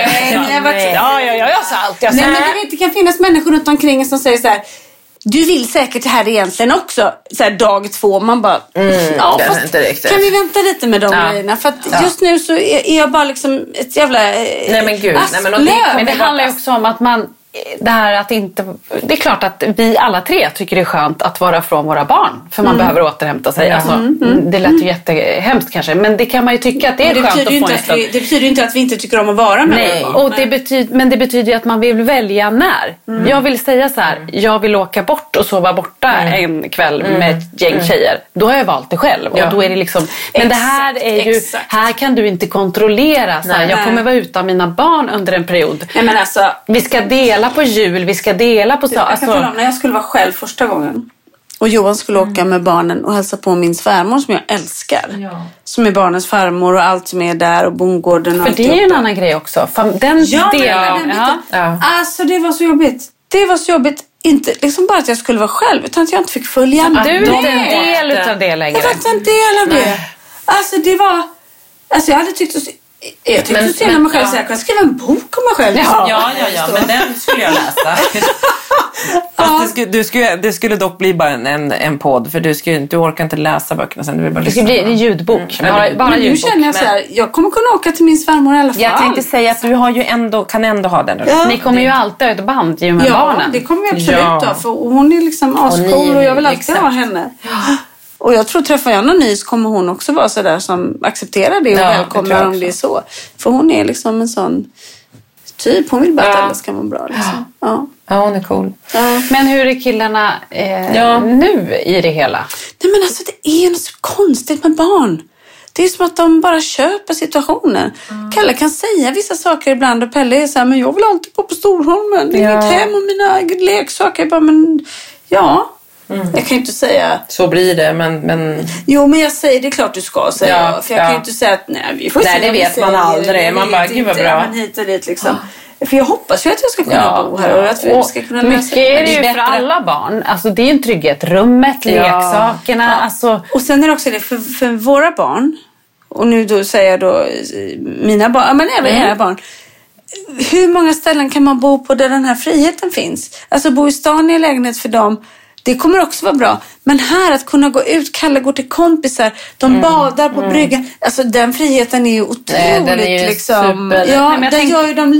sa allt. Nej, men det inte kan finnas människor runt omkring som säger så här: du vill säkert det här egentligen också. Så här, dag 2, man bara... fast inte riktigt. Kan vi vänta lite med de grejerna? För att just nu så är jag bara liksom ett jävla... nej men gud. Men det handlar ju också om att man... Det här att inte... Det är klart att vi alla 3 tycker det är skönt att vara från våra barn. För man behöver återhämta sig. Alltså, det lät ju jättehemskt kanske. Men det kan man ju tycka att det är skönt att få en stund. Det betyder ju inte att vi inte tycker om att vara med våra barn. Men det betyder ju att man vill välja när. Jag vill säga så här: jag vill åka bort och sova borta en kväll med ett gäng tjejer. Då har jag valt det själv. Och då är det liksom... Men det här är ju... Här kan du inte kontrollera. Så här, jag kommer vara utan mina barn under en period. Nej, men alltså, vi ska dela på jul, vi ska dela på... Jag kan tala om när jag skulle vara själv första gången. Och Johan skulle åka med barnen och hälsa på min svärmor som jag älskar. Ja. Som är barnens farmor och allt som är där och bondgården och för det är ju en annan grej också. Den delen. Alltså det var så jobbigt. Det var så jobbigt. Inte liksom bara att jag skulle vara själv, utan att jag inte fick följa med. Du är inte en del utav det längre. Jag var inte en del av det. Alltså det var... Alltså jag hade tyckt att... Jag tyckte att se mig själv så jag kan skriva en bok om mig själv. Ja, men den skulle jag läsa. Fast det skulle dock bli bara en podd, för du orkar inte läsa böckerna sen. Du vill bara det ska bli en ljudbok. Bara nu ljudbok. Känner jag så här, jag kommer kunna åka till min svärmor i alla fall. Jag tänkte säga att du har ju kan ändå ha den. Ja. Ni kommer ju alltid ha ett band med barnen. Ja, det kommer vi absolut ha. För hon är liksom ascool och jag vill alltid ha henne. Ja. Och jag tror träffar jag någon ny så kommer hon också vara så där som accepterar det och välkomnar om det är så. För hon är liksom en sån typ, hon vill bara att alla ska vara bra liksom. Ja, hon är cool. Men hur är killarna nu i det hela? Nej men alltså det är något så konstigt med barn. Det är som att de bara köper situationen. Kalle kan säga vissa saker ibland och Pelle är så här, men jag vill alltid på Storholmen. Det är mitt hem och mina leksaker. Jag bara, men jag kan ju inte säga... Så blir det, men... Jo, men jag säger, det är klart du ska säga. För jag kan ju inte säga att vi får se. Nej, det vet man aldrig. Man bara, gud vad bra. Men hit och dit liksom. För jag hoppas ju att jag ska kunna bo här och att vi ska kunna lösa. Mycket är det ju för alla barn. Alltså det är en trygghet. Rummet, leksakerna. Ja. Alltså... Och sen är det också det för våra barn. Och nu då säger jag då mina barn, men även era barn. Hur många ställen kan man bo på där den här friheten finns? Alltså bo i stan i en lägenhet för dem. Det kommer också vara bra. Men här att kunna gå ut, Kalle går till kompisar, de badar på bryggan. Alltså den friheten är ju otroligt. Den är ju liksom. super. Ja, den gör ju dem lite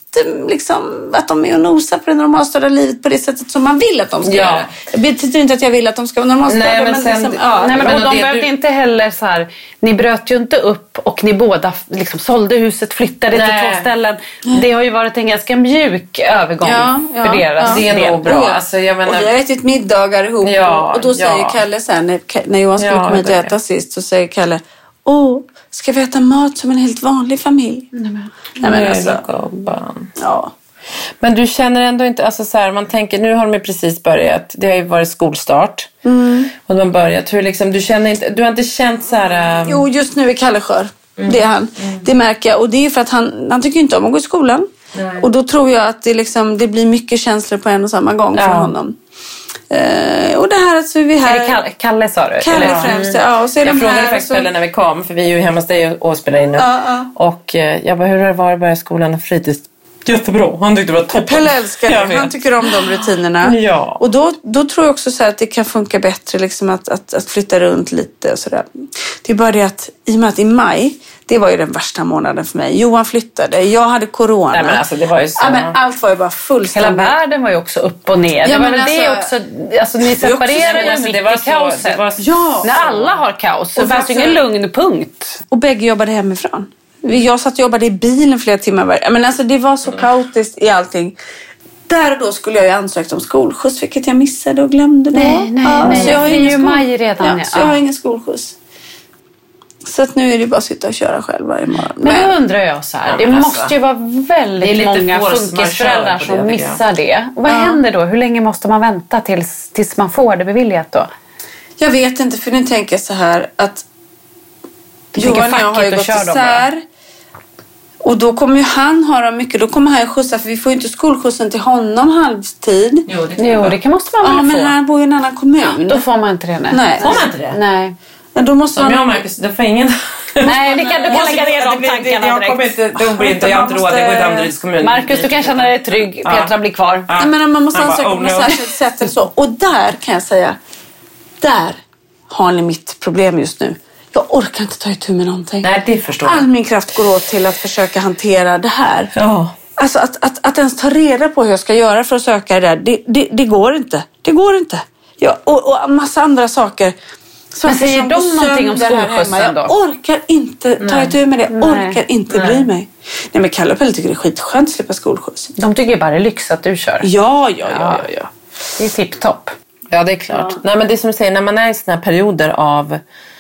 att de är och nosar på det normalstörda livet på det sättet som man vill att de ska göra. Det betyder inte att jag vill att de ska vara normalstörda. Och de behövde inte heller så här, ni bröt ju inte upp och ni båda liksom sålde huset, flyttade till 2 ställen. Det har ju varit en ganska mjuk övergång för deras del. Det är nog bra. Alltså, jag menar... Och vi har ätit middagar ihop och då säger Kalle så här, när Johan skulle komma hit och äta sist, så säger Kalle, ska vi äta mat som en helt vanlig familj? Nej men alltså. Ja. Men du känner ändå inte, alltså så här, man tänker, nu har de ju precis börjat, det har ju varit skolstart och de har börjat, hur liksom, du har inte känt så här... Jo, just nu är Kalle skör. Det är han. Det märker jag, och det är för att han tycker inte om att gå i skolan. Och då tror jag att det blir mycket känslor på en och samma gång för honom. Och det här att vi här... Är det Kalle sa du? Kalle främst, ja. Och så är jag frågade faktiskt Pelle när vi kom, för vi är ju hemma hos dig och spelar in nu. Och jag bara, hur har det varit att börja skolan och fritids? Jättebra, han tyckte det var toppen. Pelle älskar det, han tycker om de rutinerna. Och då tror jag också så här att det kan funka bättre liksom att flytta runt lite och sådär. Det är bara det att i och med att i maj, det var ju den värsta månaden för mig. Johan flyttade, jag hade corona. Nej, men alltså, det var ju så... men allt var ju bara fullständigt. Hela världen var ju också upp och ner. Det var väl det också, alltså ni separerade ju mitt i kaoset. När alla har kaos så fanns ju ingen lugn punkt. Och bägge jobbade hemifrån. Jag satt och jobbade i bilen flera timmar. Men alltså det var så kaotiskt i allting. Där och då skulle jag ju ansökt om skolskjuts, vilket jag missade och glömde då. Nej, så jag har ingen maj redan. Så jag har ingen skolskjuts. Så att nu är det bara att sitta och köra själv varje morgon. Men då undrar jag så här, det måste ju vara väldigt många funkisföräldrar som missar det. Och vad händer då? Hur länge måste man vänta tills man får det beviljat då? Jag vet inte, för nu tänker jag så här att Johan och jag har ju gått isär. Och då kommer ju han ha mycket. Då kommer han ju skjutsa, för vi får ju inte skolskjutsen till honom halvtid. Jo, det måste man väl få. Men han bor i en annan kommun. Då får man inte det. Nej. Får man inte det? Nej. Men då måste man... Jag märker, det får ingen... Nej, du kan lägga ner de tankarna jag kommer inte, jag har inte råd, det går i Danderyds kommun. Marcus, du kan känna dig trygg, Petra blir kvar. Nej, men man måste ansöka på något särskilt sätt eller så. Och där kan jag säga, där har ni mitt problem just nu. Jag orkar inte ta itu med någonting. Nej, det förstår jag. All min kraft går åt till att försöka hantera det här. Ja. Alltså att ens ta reda på hur jag ska göra för att söka det där, det går inte. Det går inte. Ja, och en massa andra saker. Men säger de någonting om skolskjutsen då? Jag orkar inte ta itu med det. Jag orkar inte bry mig. Nej, men Kalle och Pelle tycker det är skitskönt att slippa skolskjuts. De tycker bara det är lyx att du kör. Ja. Det är tipptopp. Ja, det är klart. Nej, men det är som du säger, när man är i såna här perioder av...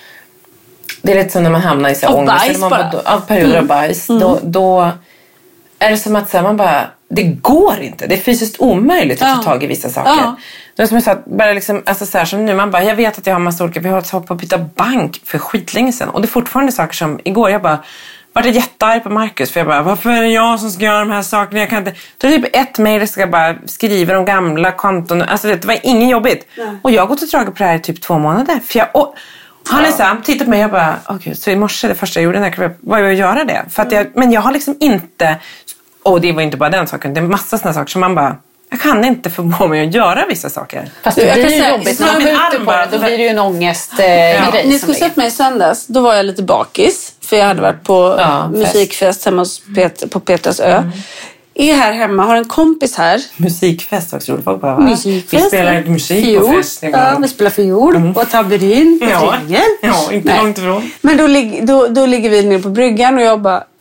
Det är lite som när man hamnar i så ångest. Bajs bara. Av perioder av bajs. Då är det som att säga, man bara... Det går inte. Det är fysiskt omöjligt att ta tag i vissa saker. Ja. Det är som jag sa, bara liksom, alltså så här, som nu, man bara, jag vet att jag har massa olika... Vi har hållit på att byta bank för skitlänge sedan. Och det är fortfarande saker som... Igår jag bara... Var det jättearg på Marcus? För jag bara, varför är det jag som ska göra de här sakerna? Jag kan inte... Det är typ ett mejl, ska jag bara skriva de gamla konton. Alltså det var ingen jobbigt. Nej. Och jag har gått och dragit på det här i typ 2 månader. För han är så tittat på mig och jag bara, gud, så i morse det första jag gjorde när jag var att göra det. För att men jag har liksom inte... Och det var inte bara den saken. Det är massa sådana saker som man bara... Jag kan inte förmå mig att göra vissa saker. Fast det blir ju jobbigt. När man skjuter på det, då blir det ju en ångestgrej. Ni skulle sett mig i söndags. Då var jag lite bakis. För jag hade varit på musikfest hemma på Petras ö. Är här hemma, har en kompis här. Musikfest också. Musikfest. Vi spelar musik på fest. Ja, vi spelar fiol och taburin och triangel. Ja, inte långt ifrån. Men då ligger vi nere på bryggan och jag bara...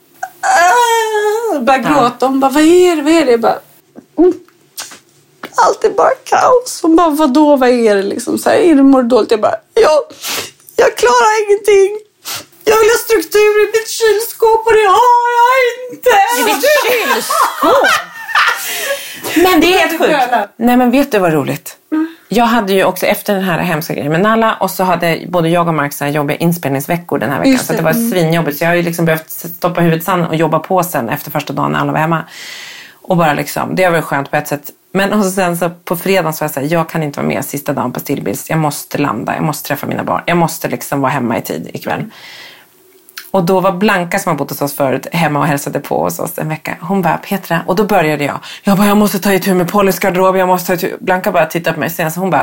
bara gråta. De bara, vad är det? Jag bara... Allt är bara kaos. Och bara, vadå, vad är det liksom? Så här, är det mår dåligt? Jag bara, jag klarar ingenting. Jag vill ha struktur i mitt kylskåp och det har jag inte. I ditt kylskåp? Men det är helt sjukt. Nej, men vet du vad roligt? Jag hade ju också efter den här hemska grejen med Nalla, och så hade både jag och Mark så här jobbiga inspelningsveckor den här veckan. Så det var svinjobbigt. Så jag har ju liksom behövt stoppa huvudet sand och jobba på sen efter första dagen när alla var hemma. Och bara liksom, det var väl skönt på ett sätt. Men och sen så på fredagen så var jag så här, jag kan inte vara med sista dagen på Stillbilds. Jag måste landa, jag måste träffa mina barn. Jag måste liksom vara hemma i tid ikväll. Och då var Blanka, som har bott hos oss förut, hemma och hälsade på hos oss en vecka. Hon bara, Petra, och då började jag. Jag bara, jag måste ta itu med Pollys garderob, jag måste ta itu. Blanka bara tittade på mig sen, så hon bara,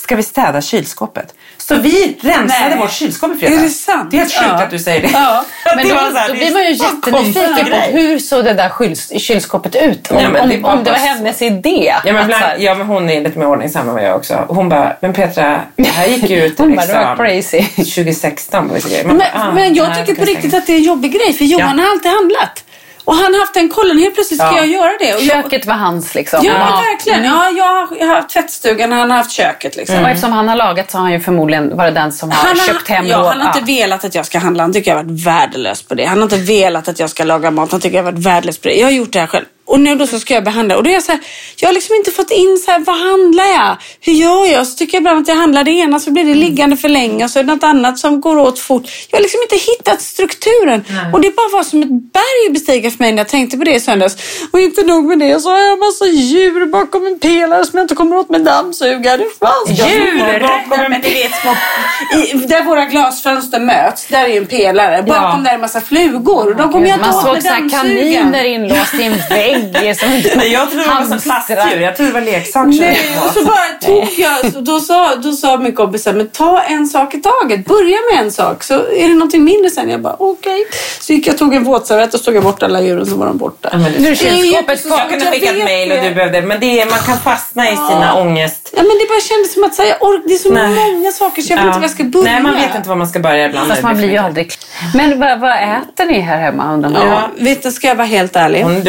ska vi städa kylskåpet? Så vi rensade vårt kylskåp i fredags. Är det sant? Det är helt sjukt att du säger det. Ja. Men då blir man ju jättenyfiken på hur såg det där kylskåpet ut? Om det var hennes idé. Ja, men hon är lite mer ordningsam än vad jag också. Och hon bara, men Petra, det här gick ju ut crazy. 2016. Men jag tycker på riktigt att det är en jobbig grej. För Johan har alltid handlat. Och han har haft den kollen, helt plötsligt ska jag göra det. Och köket var hans liksom. Ja, verkligen. Ja, jag har haft tvättstugan och han har haft köket liksom. Och eftersom han har lagat så har han ju förmodligen varit den som har köpt hem. Han har inte velat att jag ska handla. Han tycker jag har varit värdelös på det. Han har inte velat att jag ska laga mat. Han tycker jag har varit värdelös på det. Jag har gjort det här själv. Och nu då så ska jag behandla. Och då är jag så här, jag har liksom inte fått in så här, vad handlar jag? Hur gör jag? Så tycker jag ibland att jag handlar det ena så blir det liggande för länge. Och så är det något annat som går åt fort. Jag har liksom inte hittat strukturen. Nej. Och det bara var som ett berg att bestiga för mig när jag tänkte på det i söndags. Och inte nog med det, så har jag en massa djur bakom en pelare som jag inte kommer åt med dammsugare. Djur? Men det vet små. Där våra glasfönster möts, där är en pelare. Bakom där är en massa flugor. Och de kommer jag man såg så här kaniner inlåst i en vägg. Nej, jag tror det var massa plastdjur. Jag tror det var leksaker. Nej, och så bara tog jag. Då sa min kompis, men ta en sak i taget. Börja med en sak. Så är det någonting mindre sen. Jag bara, okej. Så gick jag tog en våtservett och stod bort alla djuren så var de borta. Ja, nu kylskåpet ska jag kunna skicka ett mejl och du behövde. Men det är, man kan fastna i sina ångest. Ja, men det bara kändes som att säga, det är så många saker så jag vet inte vad jag ska börja. Nej, man vet inte var man ska börja ibland. Fast man blir ju aldrig. Men vad äter ni här hemma? Ja, vet du, ska jag vara helt ärlig. Du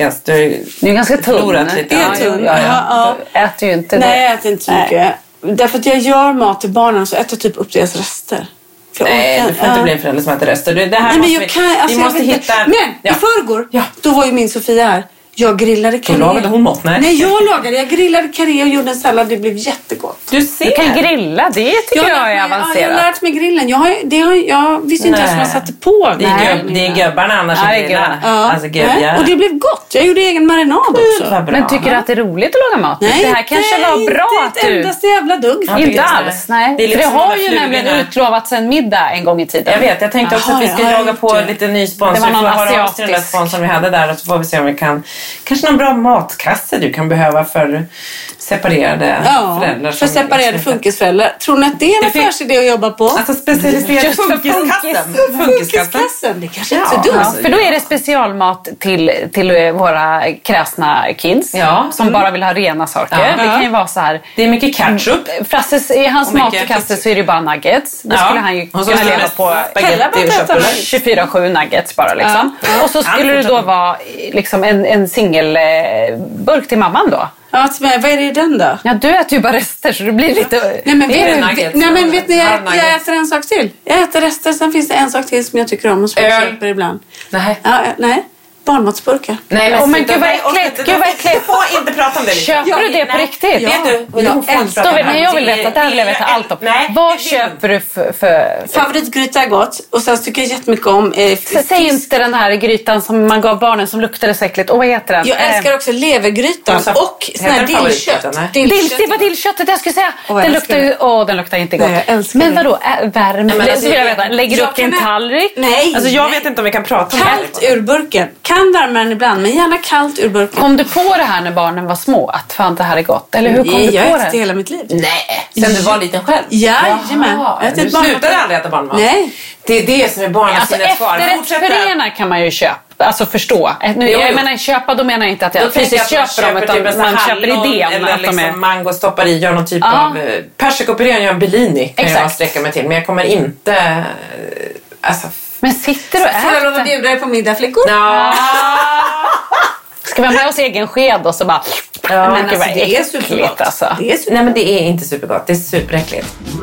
är ganska tunn. Ja. Äter ju inte det. Nej, jag äter inte så mycket. Därför att jag gör mat till barnen så äter jag typ upp deras rester. Nej, du får inte bli en förälder som äter rester. Det här nej, men jag kan, alltså, vi måste hitta. Men i förrgår, då var ju min Sofia här. Jag grillade karré. Lagade hon mat? Nej, jag grillade karré och gjorde en sallad. Det blev jättegott. Du kan grilla, det tycker jag är avancerat. Jag har lärt mig grillen. Jag visste inte ens vad jag satte på. Det är gubbarna annars som grillar. Alltså, och det blev gott. Jag gjorde egen marinad också. Men tycker du att det är roligt att laga mat? Nej, det här kanske var bra att du... Inte ett jävla dugg. Inte alls, nej. För det har ju nämligen utlovats en middag en gång i tiden. Jag vet, jag tänkte också att vi ska jaga på lite ny sponsor. Det var någon asiatisk. Den där sponsorn vi hade där och så får vi se om vi kan... Kanske någon bra matkasse du kan behöva för separerade föräldrar. För separerade funkisföräldrar. Tror ni att det är en affärsidé att jobba på? Alltså specialiserad funkiskassen. Funkiskassen, det kanske inte är så dumt. För då är det specialmat till våra kräsna kids som bara vill ha rena saker. Det kan ju vara så här. Det är mycket ketchup. Frasses, i hans matkasse så är det bara nuggets. Då skulle han ju kunna leva på 24/7 nuggets bara liksom. Och så skulle det då vara liksom en singelburk till mamman då. Ja, vad är det i den då? Ja, du äter ju bara rester så det blir lite... Nej, men vet ni, jag äter en sak till. Jag äter rester, sen finns det en sak till som jag tycker om och som jag köper ibland. Nej. Barnmatsburkar. Nej, men gud vad äckligt. Du får inte prata om det. Köper du det på riktigt? Vet du? Jag vill veta, det här vill jag veta allt om. Vad köper du för... Favoritgryta är gott. Och sen tycker jag jättemycket om... Säg inte den här grytan som man gav barnen som luktade så äckligt. Vad heter den? Jag älskar också levergrytan och sån här dillkött. Det var dillköttet jag skulle säga. Den luktar inte gott. Men vadå? Värme? Lägger du upp en tallrik? Nej. Alltså jag vet inte om vi kan prata om det. Kallt ur burken. Kan värma den ibland, men gärna kallt ur burken. Kom du på det här när barnen var små? Att fan det här är gott? Eller hur kom du på det? Jag har ätit hela mitt liv. Nej, sen du var liten själv? Jajamän. Du slutade aldrig äta barnmat? Nej. Det är det som är barnasinnets kvar. Efterrättsförenar kan man ju köpa. Alltså förstå. Jag menar köpa, då menar jag inte att jag fysiskt köper dem, utan man köper idén. Eller att de är... mango stoppar i, gör någon typ av... Persikopurén gör en Bellini kan jag sträcka mig till. Men jag kommer inte... Men sitter du och äter? Får jag lov att bjuda dig på middag, flickor? Ja. Ska vi ha med oss egen sked och så bara... Men alltså, det är supergott. Alltså. Nej, men det är inte supergott. Det är superäckligt.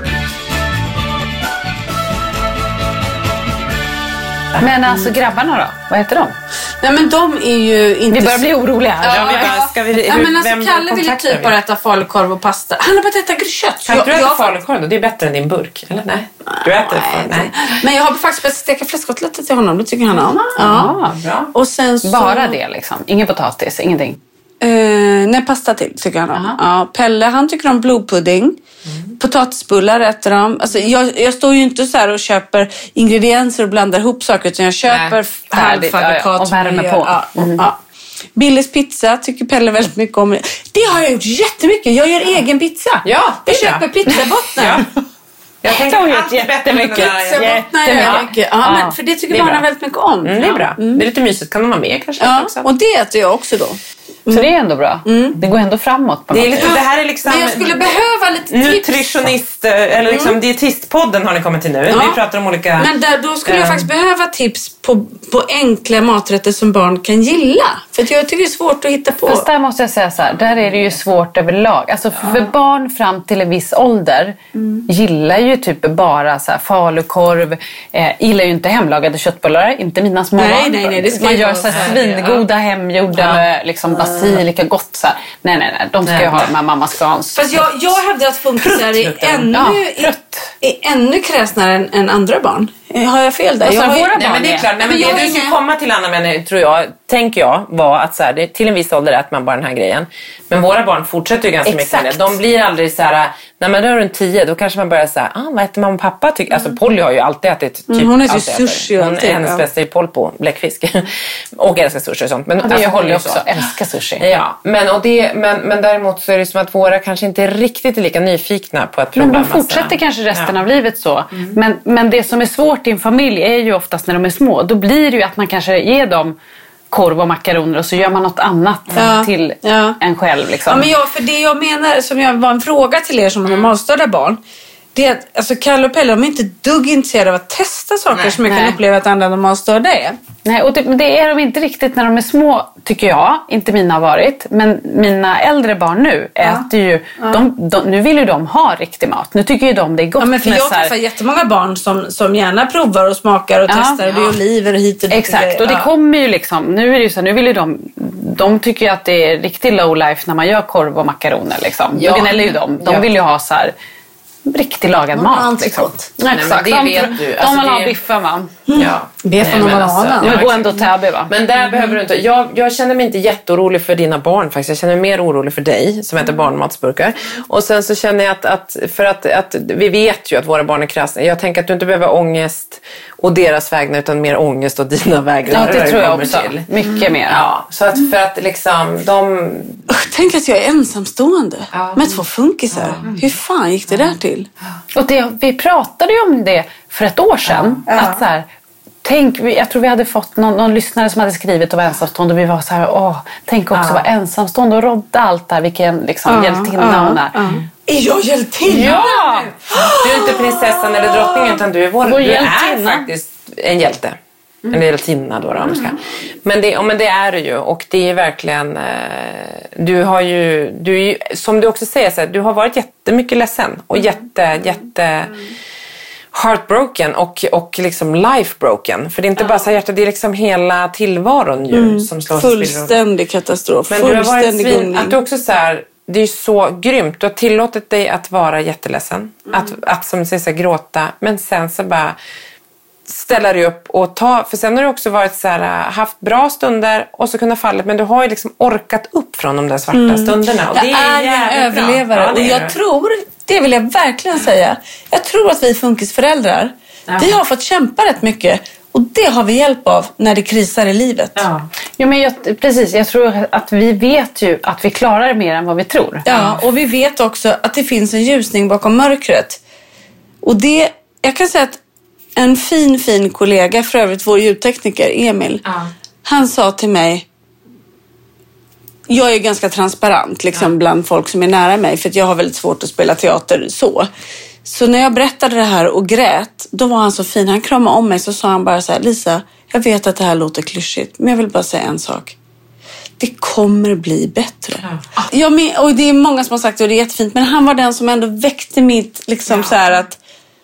Men alltså grabbarna då? Vad heter de? Nej, men de är ju inte... Vi börjar bli oroliga här. Men alltså Kalle vill typ bara äta falukorv och pasta. Han har bara äta kött. Kan du äta falukorv då? Det är bättre än din burk, eller? Nej. Du äter nej. Men jag har faktiskt börjat steka fläskkotletter till honom. Det tycker han om. Bra. Och sen så... Bara det liksom? Ingen potatis, ingenting? Nej, pasta till tycker han om. Ja, Pelle, han tycker om blodpudding. Potatisbullar äter de. Alltså, jag står ju inte så här och köper ingredienser och blandar ihop saker, utan jag köper halvfabrikat och värmer på. Billys pizza tycker Pelle väldigt mycket om. Det har jag gjort jättemycket. Jag gör egen pizza. Ja, jag köper pizzabottnar. Jag tänkte allt jättemycket. Jättemycket. Ja, men för det tycker barnen väldigt mycket om. Det är bra. Det är lite mysigt. Kan de vara med kanske? Ja, också? och det äter jag också då. Så det är ändå bra. Det går ändå framåt på något sätt. Det här är liksom... Men jag skulle behöva lite tips. Nutritionist, eller liksom dietistpodden har ni kommit till nu. Vi pratar om olika... Men då skulle jag faktiskt behöva tips på enkla maträtter som barn kan gilla. För att jag tycker det är svårt att hitta på. Fast där måste jag säga så här, där är det ju svårt överlag. Alltså för barn fram till en viss ålder gillar ju typ bara så här falukorv, gillar ju inte hemlagade köttbullar, inte mina små barn. Nej, det ska man gör så här svingoda hemgjorda med liksom basilika gott så här. Nej, de ska ju ha de här mamma Scans. Fast jag hävdar att funkisar är ännu kräsnare än andra barn. Har jag fel där? Nej, men det är klart. Nej, men det du ska komma till, Anna, men tror jag, tänker jag, var att så här, det, till en viss ålder äter man bara den här grejen. Men våra barn fortsätter ju ganska mycket med det. De blir aldrig så här, när man är runt 10, då kanske man börjar säga, vad äter mamma och pappa? Alltså Polly har ju alltid ätit typ hon äter sushi och allting. Hennes bästa är polpo, bläckfisk. Och älskar sushi och sånt. Men det håller ju också. Älskar sushi. Ja, men däremot så är det som att våra kanske inte riktigt är lika nyfikna på att prova. Men de fortsätter kanske resten av livet så. Men det som är svårt i en familj är ju oftast när de är små. Då blir det ju att man kanske ger dem korv och makaroner och så gör man något annat till en själv. Liksom. Ja, men för det jag menar, som jag var en fråga till er som har normalstörda barn, det är att alltså, Kalle och Pelle, de är inte dugg intresserade av att testa saker som jag kan uppleva att andra normalstörda är. Nej, och det är de inte riktigt när de är små, tycker jag. Inte mina har varit. Men mina äldre barn nu äter ju... Nu vill ju de ha riktig mat. Nu tycker ju de det är gott. Ja, men för jag träffar jättemånga barn som gärna provar och smakar och testar. Och det är oliver och hit och dit. Exakt, och det kommer ju liksom... Nu är det ju så, nu vill ju de tycker ju att det är riktigt low life när man gör korv och makaroner. Liksom. Då gnäller ju de. De vill ju ha så här... riktigt lagad mat. Liksom. Exakt. Det vet du. De vill ha biffen, va? Biffen och bananen. Nu går ändå Täby, va? Men där behöver du inte... Jag känner mig inte jätteorolig för dina barn faktiskt. Jag känner mig mer orolig för dig som äter barnmatsburkar. Och sen så känner jag att vi vet ju att våra barn är krasna. Jag tänker att du inte behöver ångest och deras vägnar utan mer ångest och dina vägnar. Ja, det tror jag också. Mycket mer. Ja, så att för att liksom tänk att jag är ensamstående med 2 funkisar. Hur fan gick det där till? Och vi pratade ju om det för ett år sedan. Att så här, jag tror vi hade fått någon lyssnare som hade skrivit och var ensamstående och vi var så här, tänk också vara ensamstående och rodda allt där, vilken liksom hjältinna hon är. Är jag hjältinna? Ja! Du är inte prinsessan eller drottningen utan du är faktiskt en hjälte. En hjältinna då. Men det är du ju, och det är verkligen du är ju, som du också säger så här, du har varit jättemycket ledsen och jätte heartbroken och liksom life broken. För det är inte bara så här hjärtat, det är liksom hela tillvaron ju som slås. Fullständig katastrof. Men du har varit att du också så här, det är ju så grymt. Du har tillåtit dig att vara jätteledsen. Att som säger så här, gråta. Men sen så bara ställa dig upp och för sen har du också varit så här, haft bra stunder och så kunna falla, men du har ju liksom orkat upp från de där svarta stunderna. Och det är en överlevare. Ja, och jag tror, det vill jag verkligen säga, jag tror att vi funkisföräldrar, vi har fått kämpa rätt mycket. Och det har vi hjälp av när det krisar i livet. Ja, men precis. Jag tror att vi vet ju att vi klarar mer än vad vi tror. Ja, och vi vet också att det finns en ljusning bakom mörkret. Och det, jag kan säga att en fin kollega, för övrigt vår ljudtekniker Emil, han sa till mig, jag är ganska transparent liksom, bland folk som är nära mig, för att jag har väldigt svårt att spela teater så när jag berättade det här och grät, då var han så fin, han kramade om mig, så sa han bara så här, Lisa, jag vet att det här låter klyschigt, men jag vill bara säga en sak. Det kommer bli bättre. Och det är många som har sagt det och det är jättefint, men han var den som ändå väckte mitt liksom så här att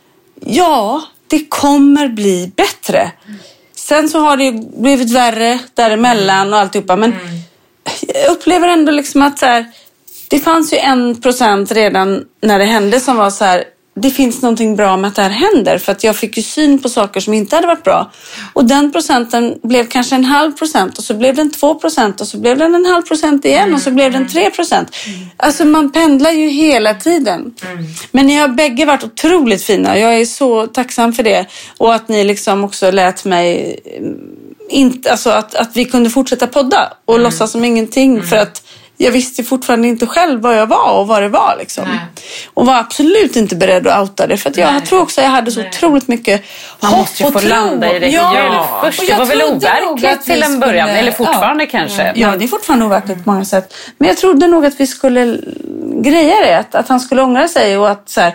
det kommer bli bättre. Sen så har det blivit värre däremellan och alltihopa. Men jag upplever ändå liksom att så här, det fanns ju 1% redan när det hände som var så här, det finns någonting bra med att det här händer. För att jag fick ju syn på saker som inte hade varit bra. Och den procenten blev kanske 0,5% och så blev den 2% och så blev den 0,5% igen och så blev den 3%. Alltså man pendlar ju hela tiden. Men ni har bägge varit otroligt fina. Jag är så tacksam för det. Och att ni liksom också lät mig inte, alltså att vi kunde fortsätta podda och låtsas som ingenting för att jag visste fortfarande inte själv vad jag var och vad det var liksom. Och var absolut inte beredd att outa det för att jag tror också att jag hade så otroligt mycket man måste ju få landa i det först. Det var väl overkligt till en början eller fortfarande kanske. Ja, det är fortfarande overkligt på många sätt. Men jag trodde nog att vi skulle greja det, att han skulle ångra sig och att så här.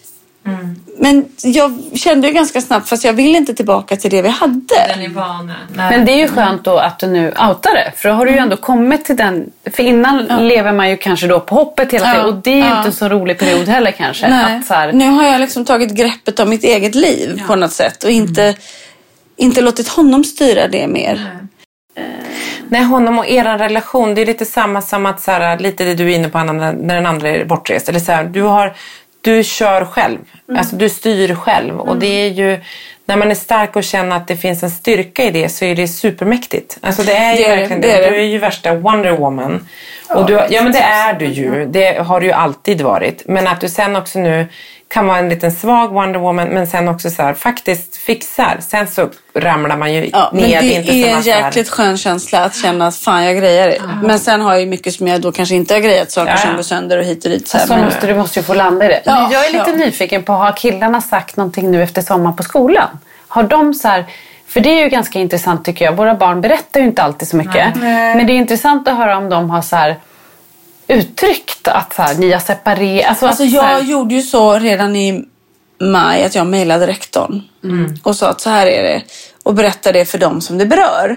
Men jag kände ju ganska snabbt fast jag vill inte tillbaka till det vi hade. Men det är ju skönt då att du nu outar det. För då har du ju ändå kommit till den. För innan lever man ju kanske då på hoppet hela tiden. Och det är ju inte en så rolig period heller kanske. Nej. Att så här... Nu har jag liksom tagit greppet av mitt eget liv på något sätt. Och inte låtit honom styra det mer. Nej, honom och er relation, det är lite samma som att så här, lite det du är inne på när den andra är bortrest. Eller så här, du kör själv. Alltså du styr själv. Och det är ju, när man är stark och känner att det finns en styrka i det så är det supermäktigt. Alltså det är ju verkligen det. Du är ju värsta Wonder Woman. Och men det är du ju. Det har du ju alltid varit. Men att du sen också nu kan vara en liten svag Wonder Woman men sen också så här, faktiskt fixar. Sen så ramlar man ju ner. Men det är en jäkligt skön känsla att känna att fan jag grejer det. Men sen har jag ju mycket som jag då kanske inte har grejat saker som går sönder och hit och dit. Så här. Alltså, du måste ju få landa i det. Men jag är lite nyfiken på, har killarna sagt någonting nu efter sommar på skolan? Har de så här... För det är ju ganska intressant tycker jag. Våra barn berättar ju inte alltid så mycket. Nej. Men det är intressant att höra om de har så här uttryckt att så här, ni har separerat. Alltså jag gjorde ju så redan i maj att jag mejlade rektorn. Och sa att så här är det. Och berättade det för dem som det berör.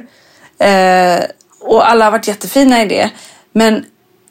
Och alla har varit jättefina i det. Men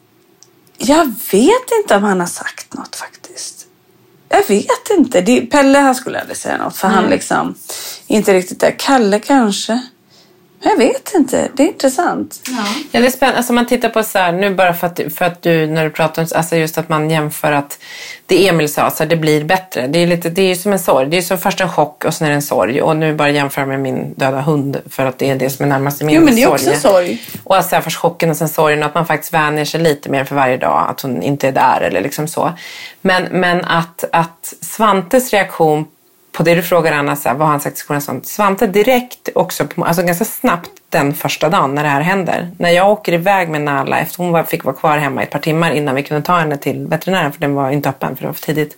jag vet inte om han har sagt något faktiskt. Jag vet inte. Pelle han skulle aldrig säga något. För han liksom inte riktigt där. Kalle kanske. Jag vet inte. Det är intressant. Ja, det är spännande. Alltså man tittar på så här, nu bara för att du, när du pratar om, alltså just att man jämför att det Emil sa, så här, det blir bättre. Det är ju som en sorg. Det är som först en chock och sen är det en sorg. Och nu bara jämför med min döda hund för att det är det som är närmast min sorg. Jo, men det är också en sorg. Och alltså först chocken och sen sorgen och att man faktiskt vänjer sig lite mer för varje dag. Att hon inte är där eller liksom så. Men att Svantes reaktion på det du frågar Anna, så här, vad har han sagt i skolan? Svante direkt också, alltså ganska snabbt den första dagen när det här händer. När jag åker iväg med Nala efter hon fick vara kvar hemma ett par timmar innan vi kunde ta henne till veterinären för den var inte öppen för det var för tidigt.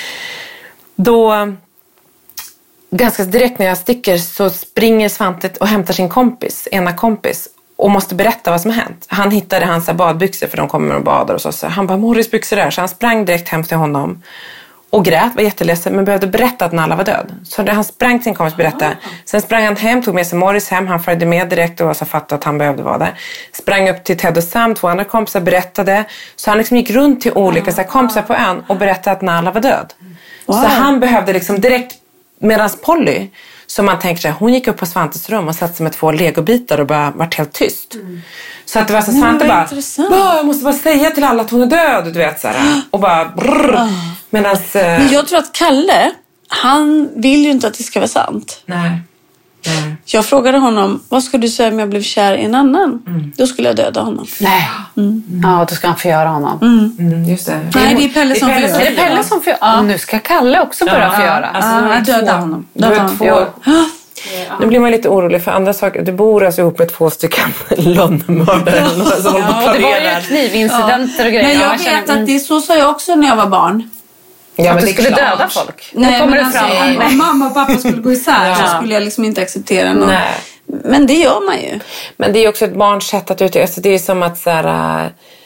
Då, ganska direkt när jag sticker så springer Svante och hämtar sin ena kompis och måste berätta vad som har hänt. Han hittade hans badbyxor för de kommer och badar och så. Han bara, Morris byxor där. Så han sprang direkt hem till honom. Och grät, var jätteledsen, men behövde berätta att Nalla var död. Så han sprang till sin kompis och berättade. Sen sprang han hem, tog med sig Morris hem. Han följde med direkt och så fattade att han behövde vara där. Sprang upp till Ted och Sam, 2 andra kompisar, berättade. Så han liksom gick runt till olika så här, kompisar på ön och berättade att Nalla var död. Wow. Så han behövde liksom direkt, medan Polly, som man tänker sig, hon gick upp på Svantes rum och satt sig med 2 legobitar och bara varit helt tyst. Så att det var så Svante bara, jag måste bara säga till alla att hon är död, du vet så här. Och bara brrr. Men jag tror att Kalle, han vill ju inte att det ska vara sant. Nej. Jag frågade honom, vad skulle du säga om jag blev kär i en annan? Då skulle jag döda honom. Nej. Ja, då ska han förgöra honom. Just det. Nej, det är Pelle som förgör. Är det Pelle som förgör? Ja. Nu ska Kalle också börja förgöra. Alltså, döda honom. Nu blir man lite orolig för andra saker. Du bor alltså ihop med 2 stycken lönnmördare. Det var ju knivincidenter och grejer. Men jag vet att det så sa jag också när jag var barn. Ja, att du skulle döda folk. Nej, kommer men alltså, om mamma och pappa skulle gå isär så skulle jag liksom inte acceptera något. Nej. Men det gör man ju. Men det är också ett barns sätt att uttrycka. Alltså, det är som att så här,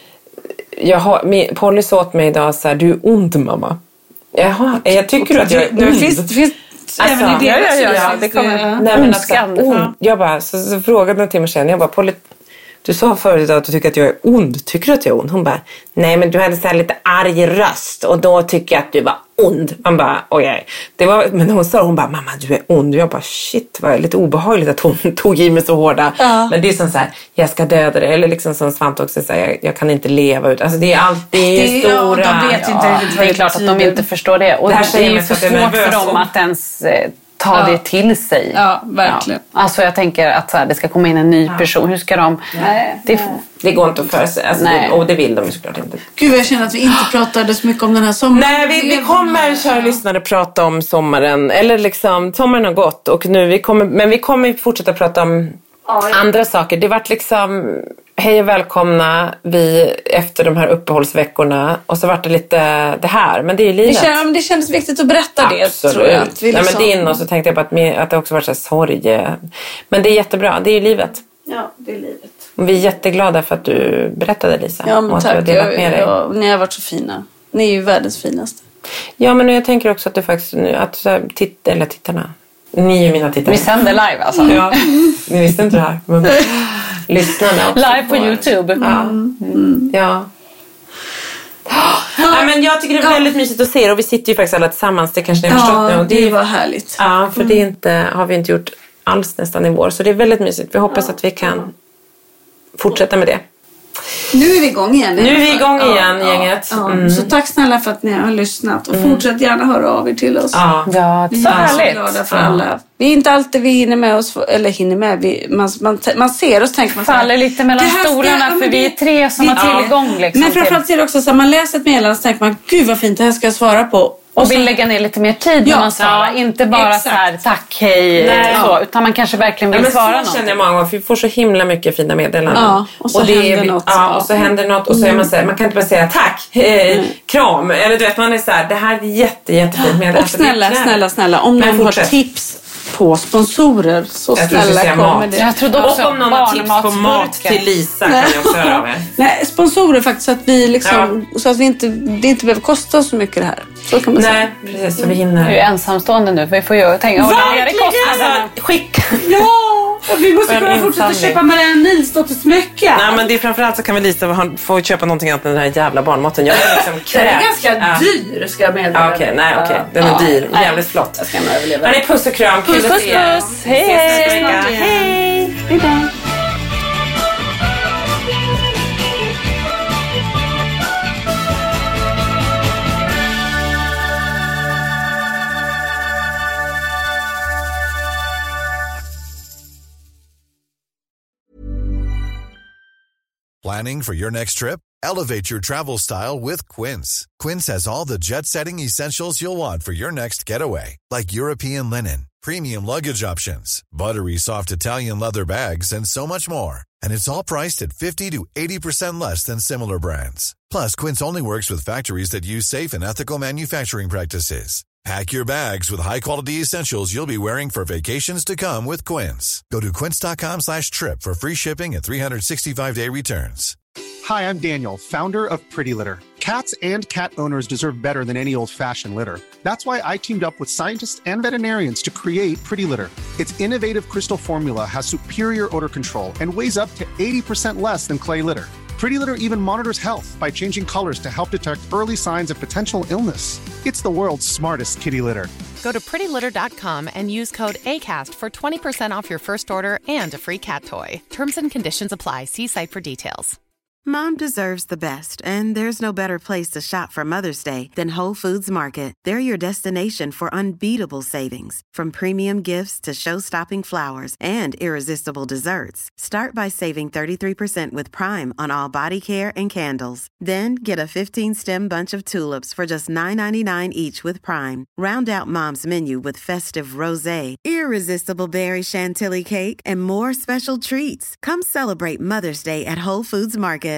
Polly sa åt mig idag så här, du är ond mamma. Jaha, jag tycker att jag är ond. Det finns även i det det kommer. Nej, men alltså, jag bara, så frågade jag till mig sen. Jag bara, Polly, du sa förut att du tycker att jag är ond. Tycker du att jag är ond? Hon bara, nej men du hade så här lite arg röst. Och då tycker jag att du var ond. Man bara, oj. Men hon bara, mamma du är ond. Och jag bara, shit, vad lite obehagligt att hon tog i mig så hårda. Ja. Men det är som så här, jag ska döda dig. Eller liksom som Svante också säger, jag kan inte leva ut. Alltså det är alltid stora. Ja, de vet inte riktigt. Det är klart att de inte förstår det. Och det är ju för svårt för dem att ens ta det till sig. Ja, verkligen. Ja. Alltså jag tänker att så här, det ska komma in en ny person. Hur ska de... Det går inte att föra sig. Alltså, och det vill de ju såklart inte. Gud, jag känner att vi inte pratade så mycket om den här sommaren. Nej, vi kommer, kära lyssnare, prata om sommaren. Eller liksom, sommaren har gått. Och nu vi kommer fortsätta prata om andra saker. Det vart liksom hej och välkomna vi efter de här uppehållsveckorna. Och så vart det lite det här. Men det är ju livet. Det kändes viktigt att berätta det, absolut. tror jag. Att vi liksom... Nej, men din och så tänkte jag på att det också varit så här sorg. Men det är jättebra. Det är ju livet. Ja, det är livet. Och vi är jätteglada för att du berättade, Lisa. Ja, men och att tack. Du har delat med dig. Ni har varit så fina. Ni är ju världens finaste. Ja, men jag tänker också att du faktiskt... Att tittarna... Ni är mina tittare. Vi sänder live alltså. Ja, ni visste inte det här. Men lyssnarna också. Live på YouTube. Ja. Ja, men jag tycker det är väldigt mysigt att se er. Och vi sitter ju faktiskt alla tillsammans. Det kanske ni har förstått nu. Och det var härligt. Ja, för det har vi inte gjort alls nästan i vår. Så det är väldigt mysigt. Vi hoppas att vi kan fortsätta med det. Nu är vi igång igen. Nu är vi igång igen, gänget. Så tack snälla för att ni har lyssnat. Och fortsätt gärna höra av er till oss. Ja, det är så härligt. Glada för alla. Vi är inte alltid vi hinner med oss. Eller hinner med. Man ser oss, tänker man. Faller lite mellan stolarna för vi är 3 som har tillgång. Liksom, men framförallt ser det också så att man läser ett meddelande och tänker man, gud vad fint, det här ska jag svara på. Och vill lägga ner lite mer tid när man svarar. Inte bara så här, tack, hej, så, utan man kanske verkligen vill svara något. Så känner jag många gånger, för vi får så himla mycket fina meddelanden. Ja, och så händer något. Ja, och så händer något och så är man så här, man kan inte bara säga tack, kram. Eller du vet, man är så här, det här är jättefint meddelande. Och snälla, om någon har tips på sponsorer så snälla kommer det. Jag trodde också och om någon har tips på mat till Lisa kan jag också höra av er. Nej, sponsorer faktiskt, så att vi liksom, så att det inte behöver kosta så mycket det här. Så kan man säga. Nej, precis, så vi hinner. Vi är ju ensamstående nu, för vi får ju tänka skicka. Ja, och vi måste kunna fortsätta köpa Marianne Nilsdotters smycka. Nej, men det är framförallt så kan vi Lisa få köpa någonting annat än den här jävla barnmaten. Jag är liksom den är ganska dyr, ska jag meddela. Okej, den är dyr. Jävligt flott. Jag ska överleva. Hörni, puss och kram. Puss. Hej. Hej då. Planning for your next trip? Elevate your travel style with Quince. Quince has all the jet-setting essentials you'll want for your next getaway, like European linen, premium luggage options, buttery soft Italian leather bags, and so much more. And it's all priced at 50 to 80% less than similar brands. Plus, Quince only works with factories that use safe and ethical manufacturing practices. Pack your bags with high-quality essentials you'll be wearing for vacations to come with Quince. Go to quince.com/trip for free shipping and 365-day returns. Hi, I'm Daniel, founder of Pretty Litter. Cats and cat owners deserve better than any old-fashioned litter. That's why I teamed up with scientists and veterinarians to create Pretty Litter. Its innovative crystal formula has superior odor control and weighs up to 80% less than clay litter. Pretty Litter even monitors health by changing colors to help detect early signs of potential illness. It's the world's smartest kitty litter. Go to prettylitter.com and use code ACAST for 20% off your first order and a free cat toy. Terms and conditions apply. See site for details. Mom deserves the best, and there's no better place to shop for Mother's Day than Whole Foods Market. They're your destination for unbeatable savings, from premium gifts to show-stopping flowers and irresistible desserts. Start by saving 33% with Prime on all body care and candles. Then get a 15-stem bunch of tulips for just $9.99 each with Prime. Round out Mom's menu with festive rosé, irresistible berry chantilly cake, and more special treats. Come celebrate Mother's Day at Whole Foods Market.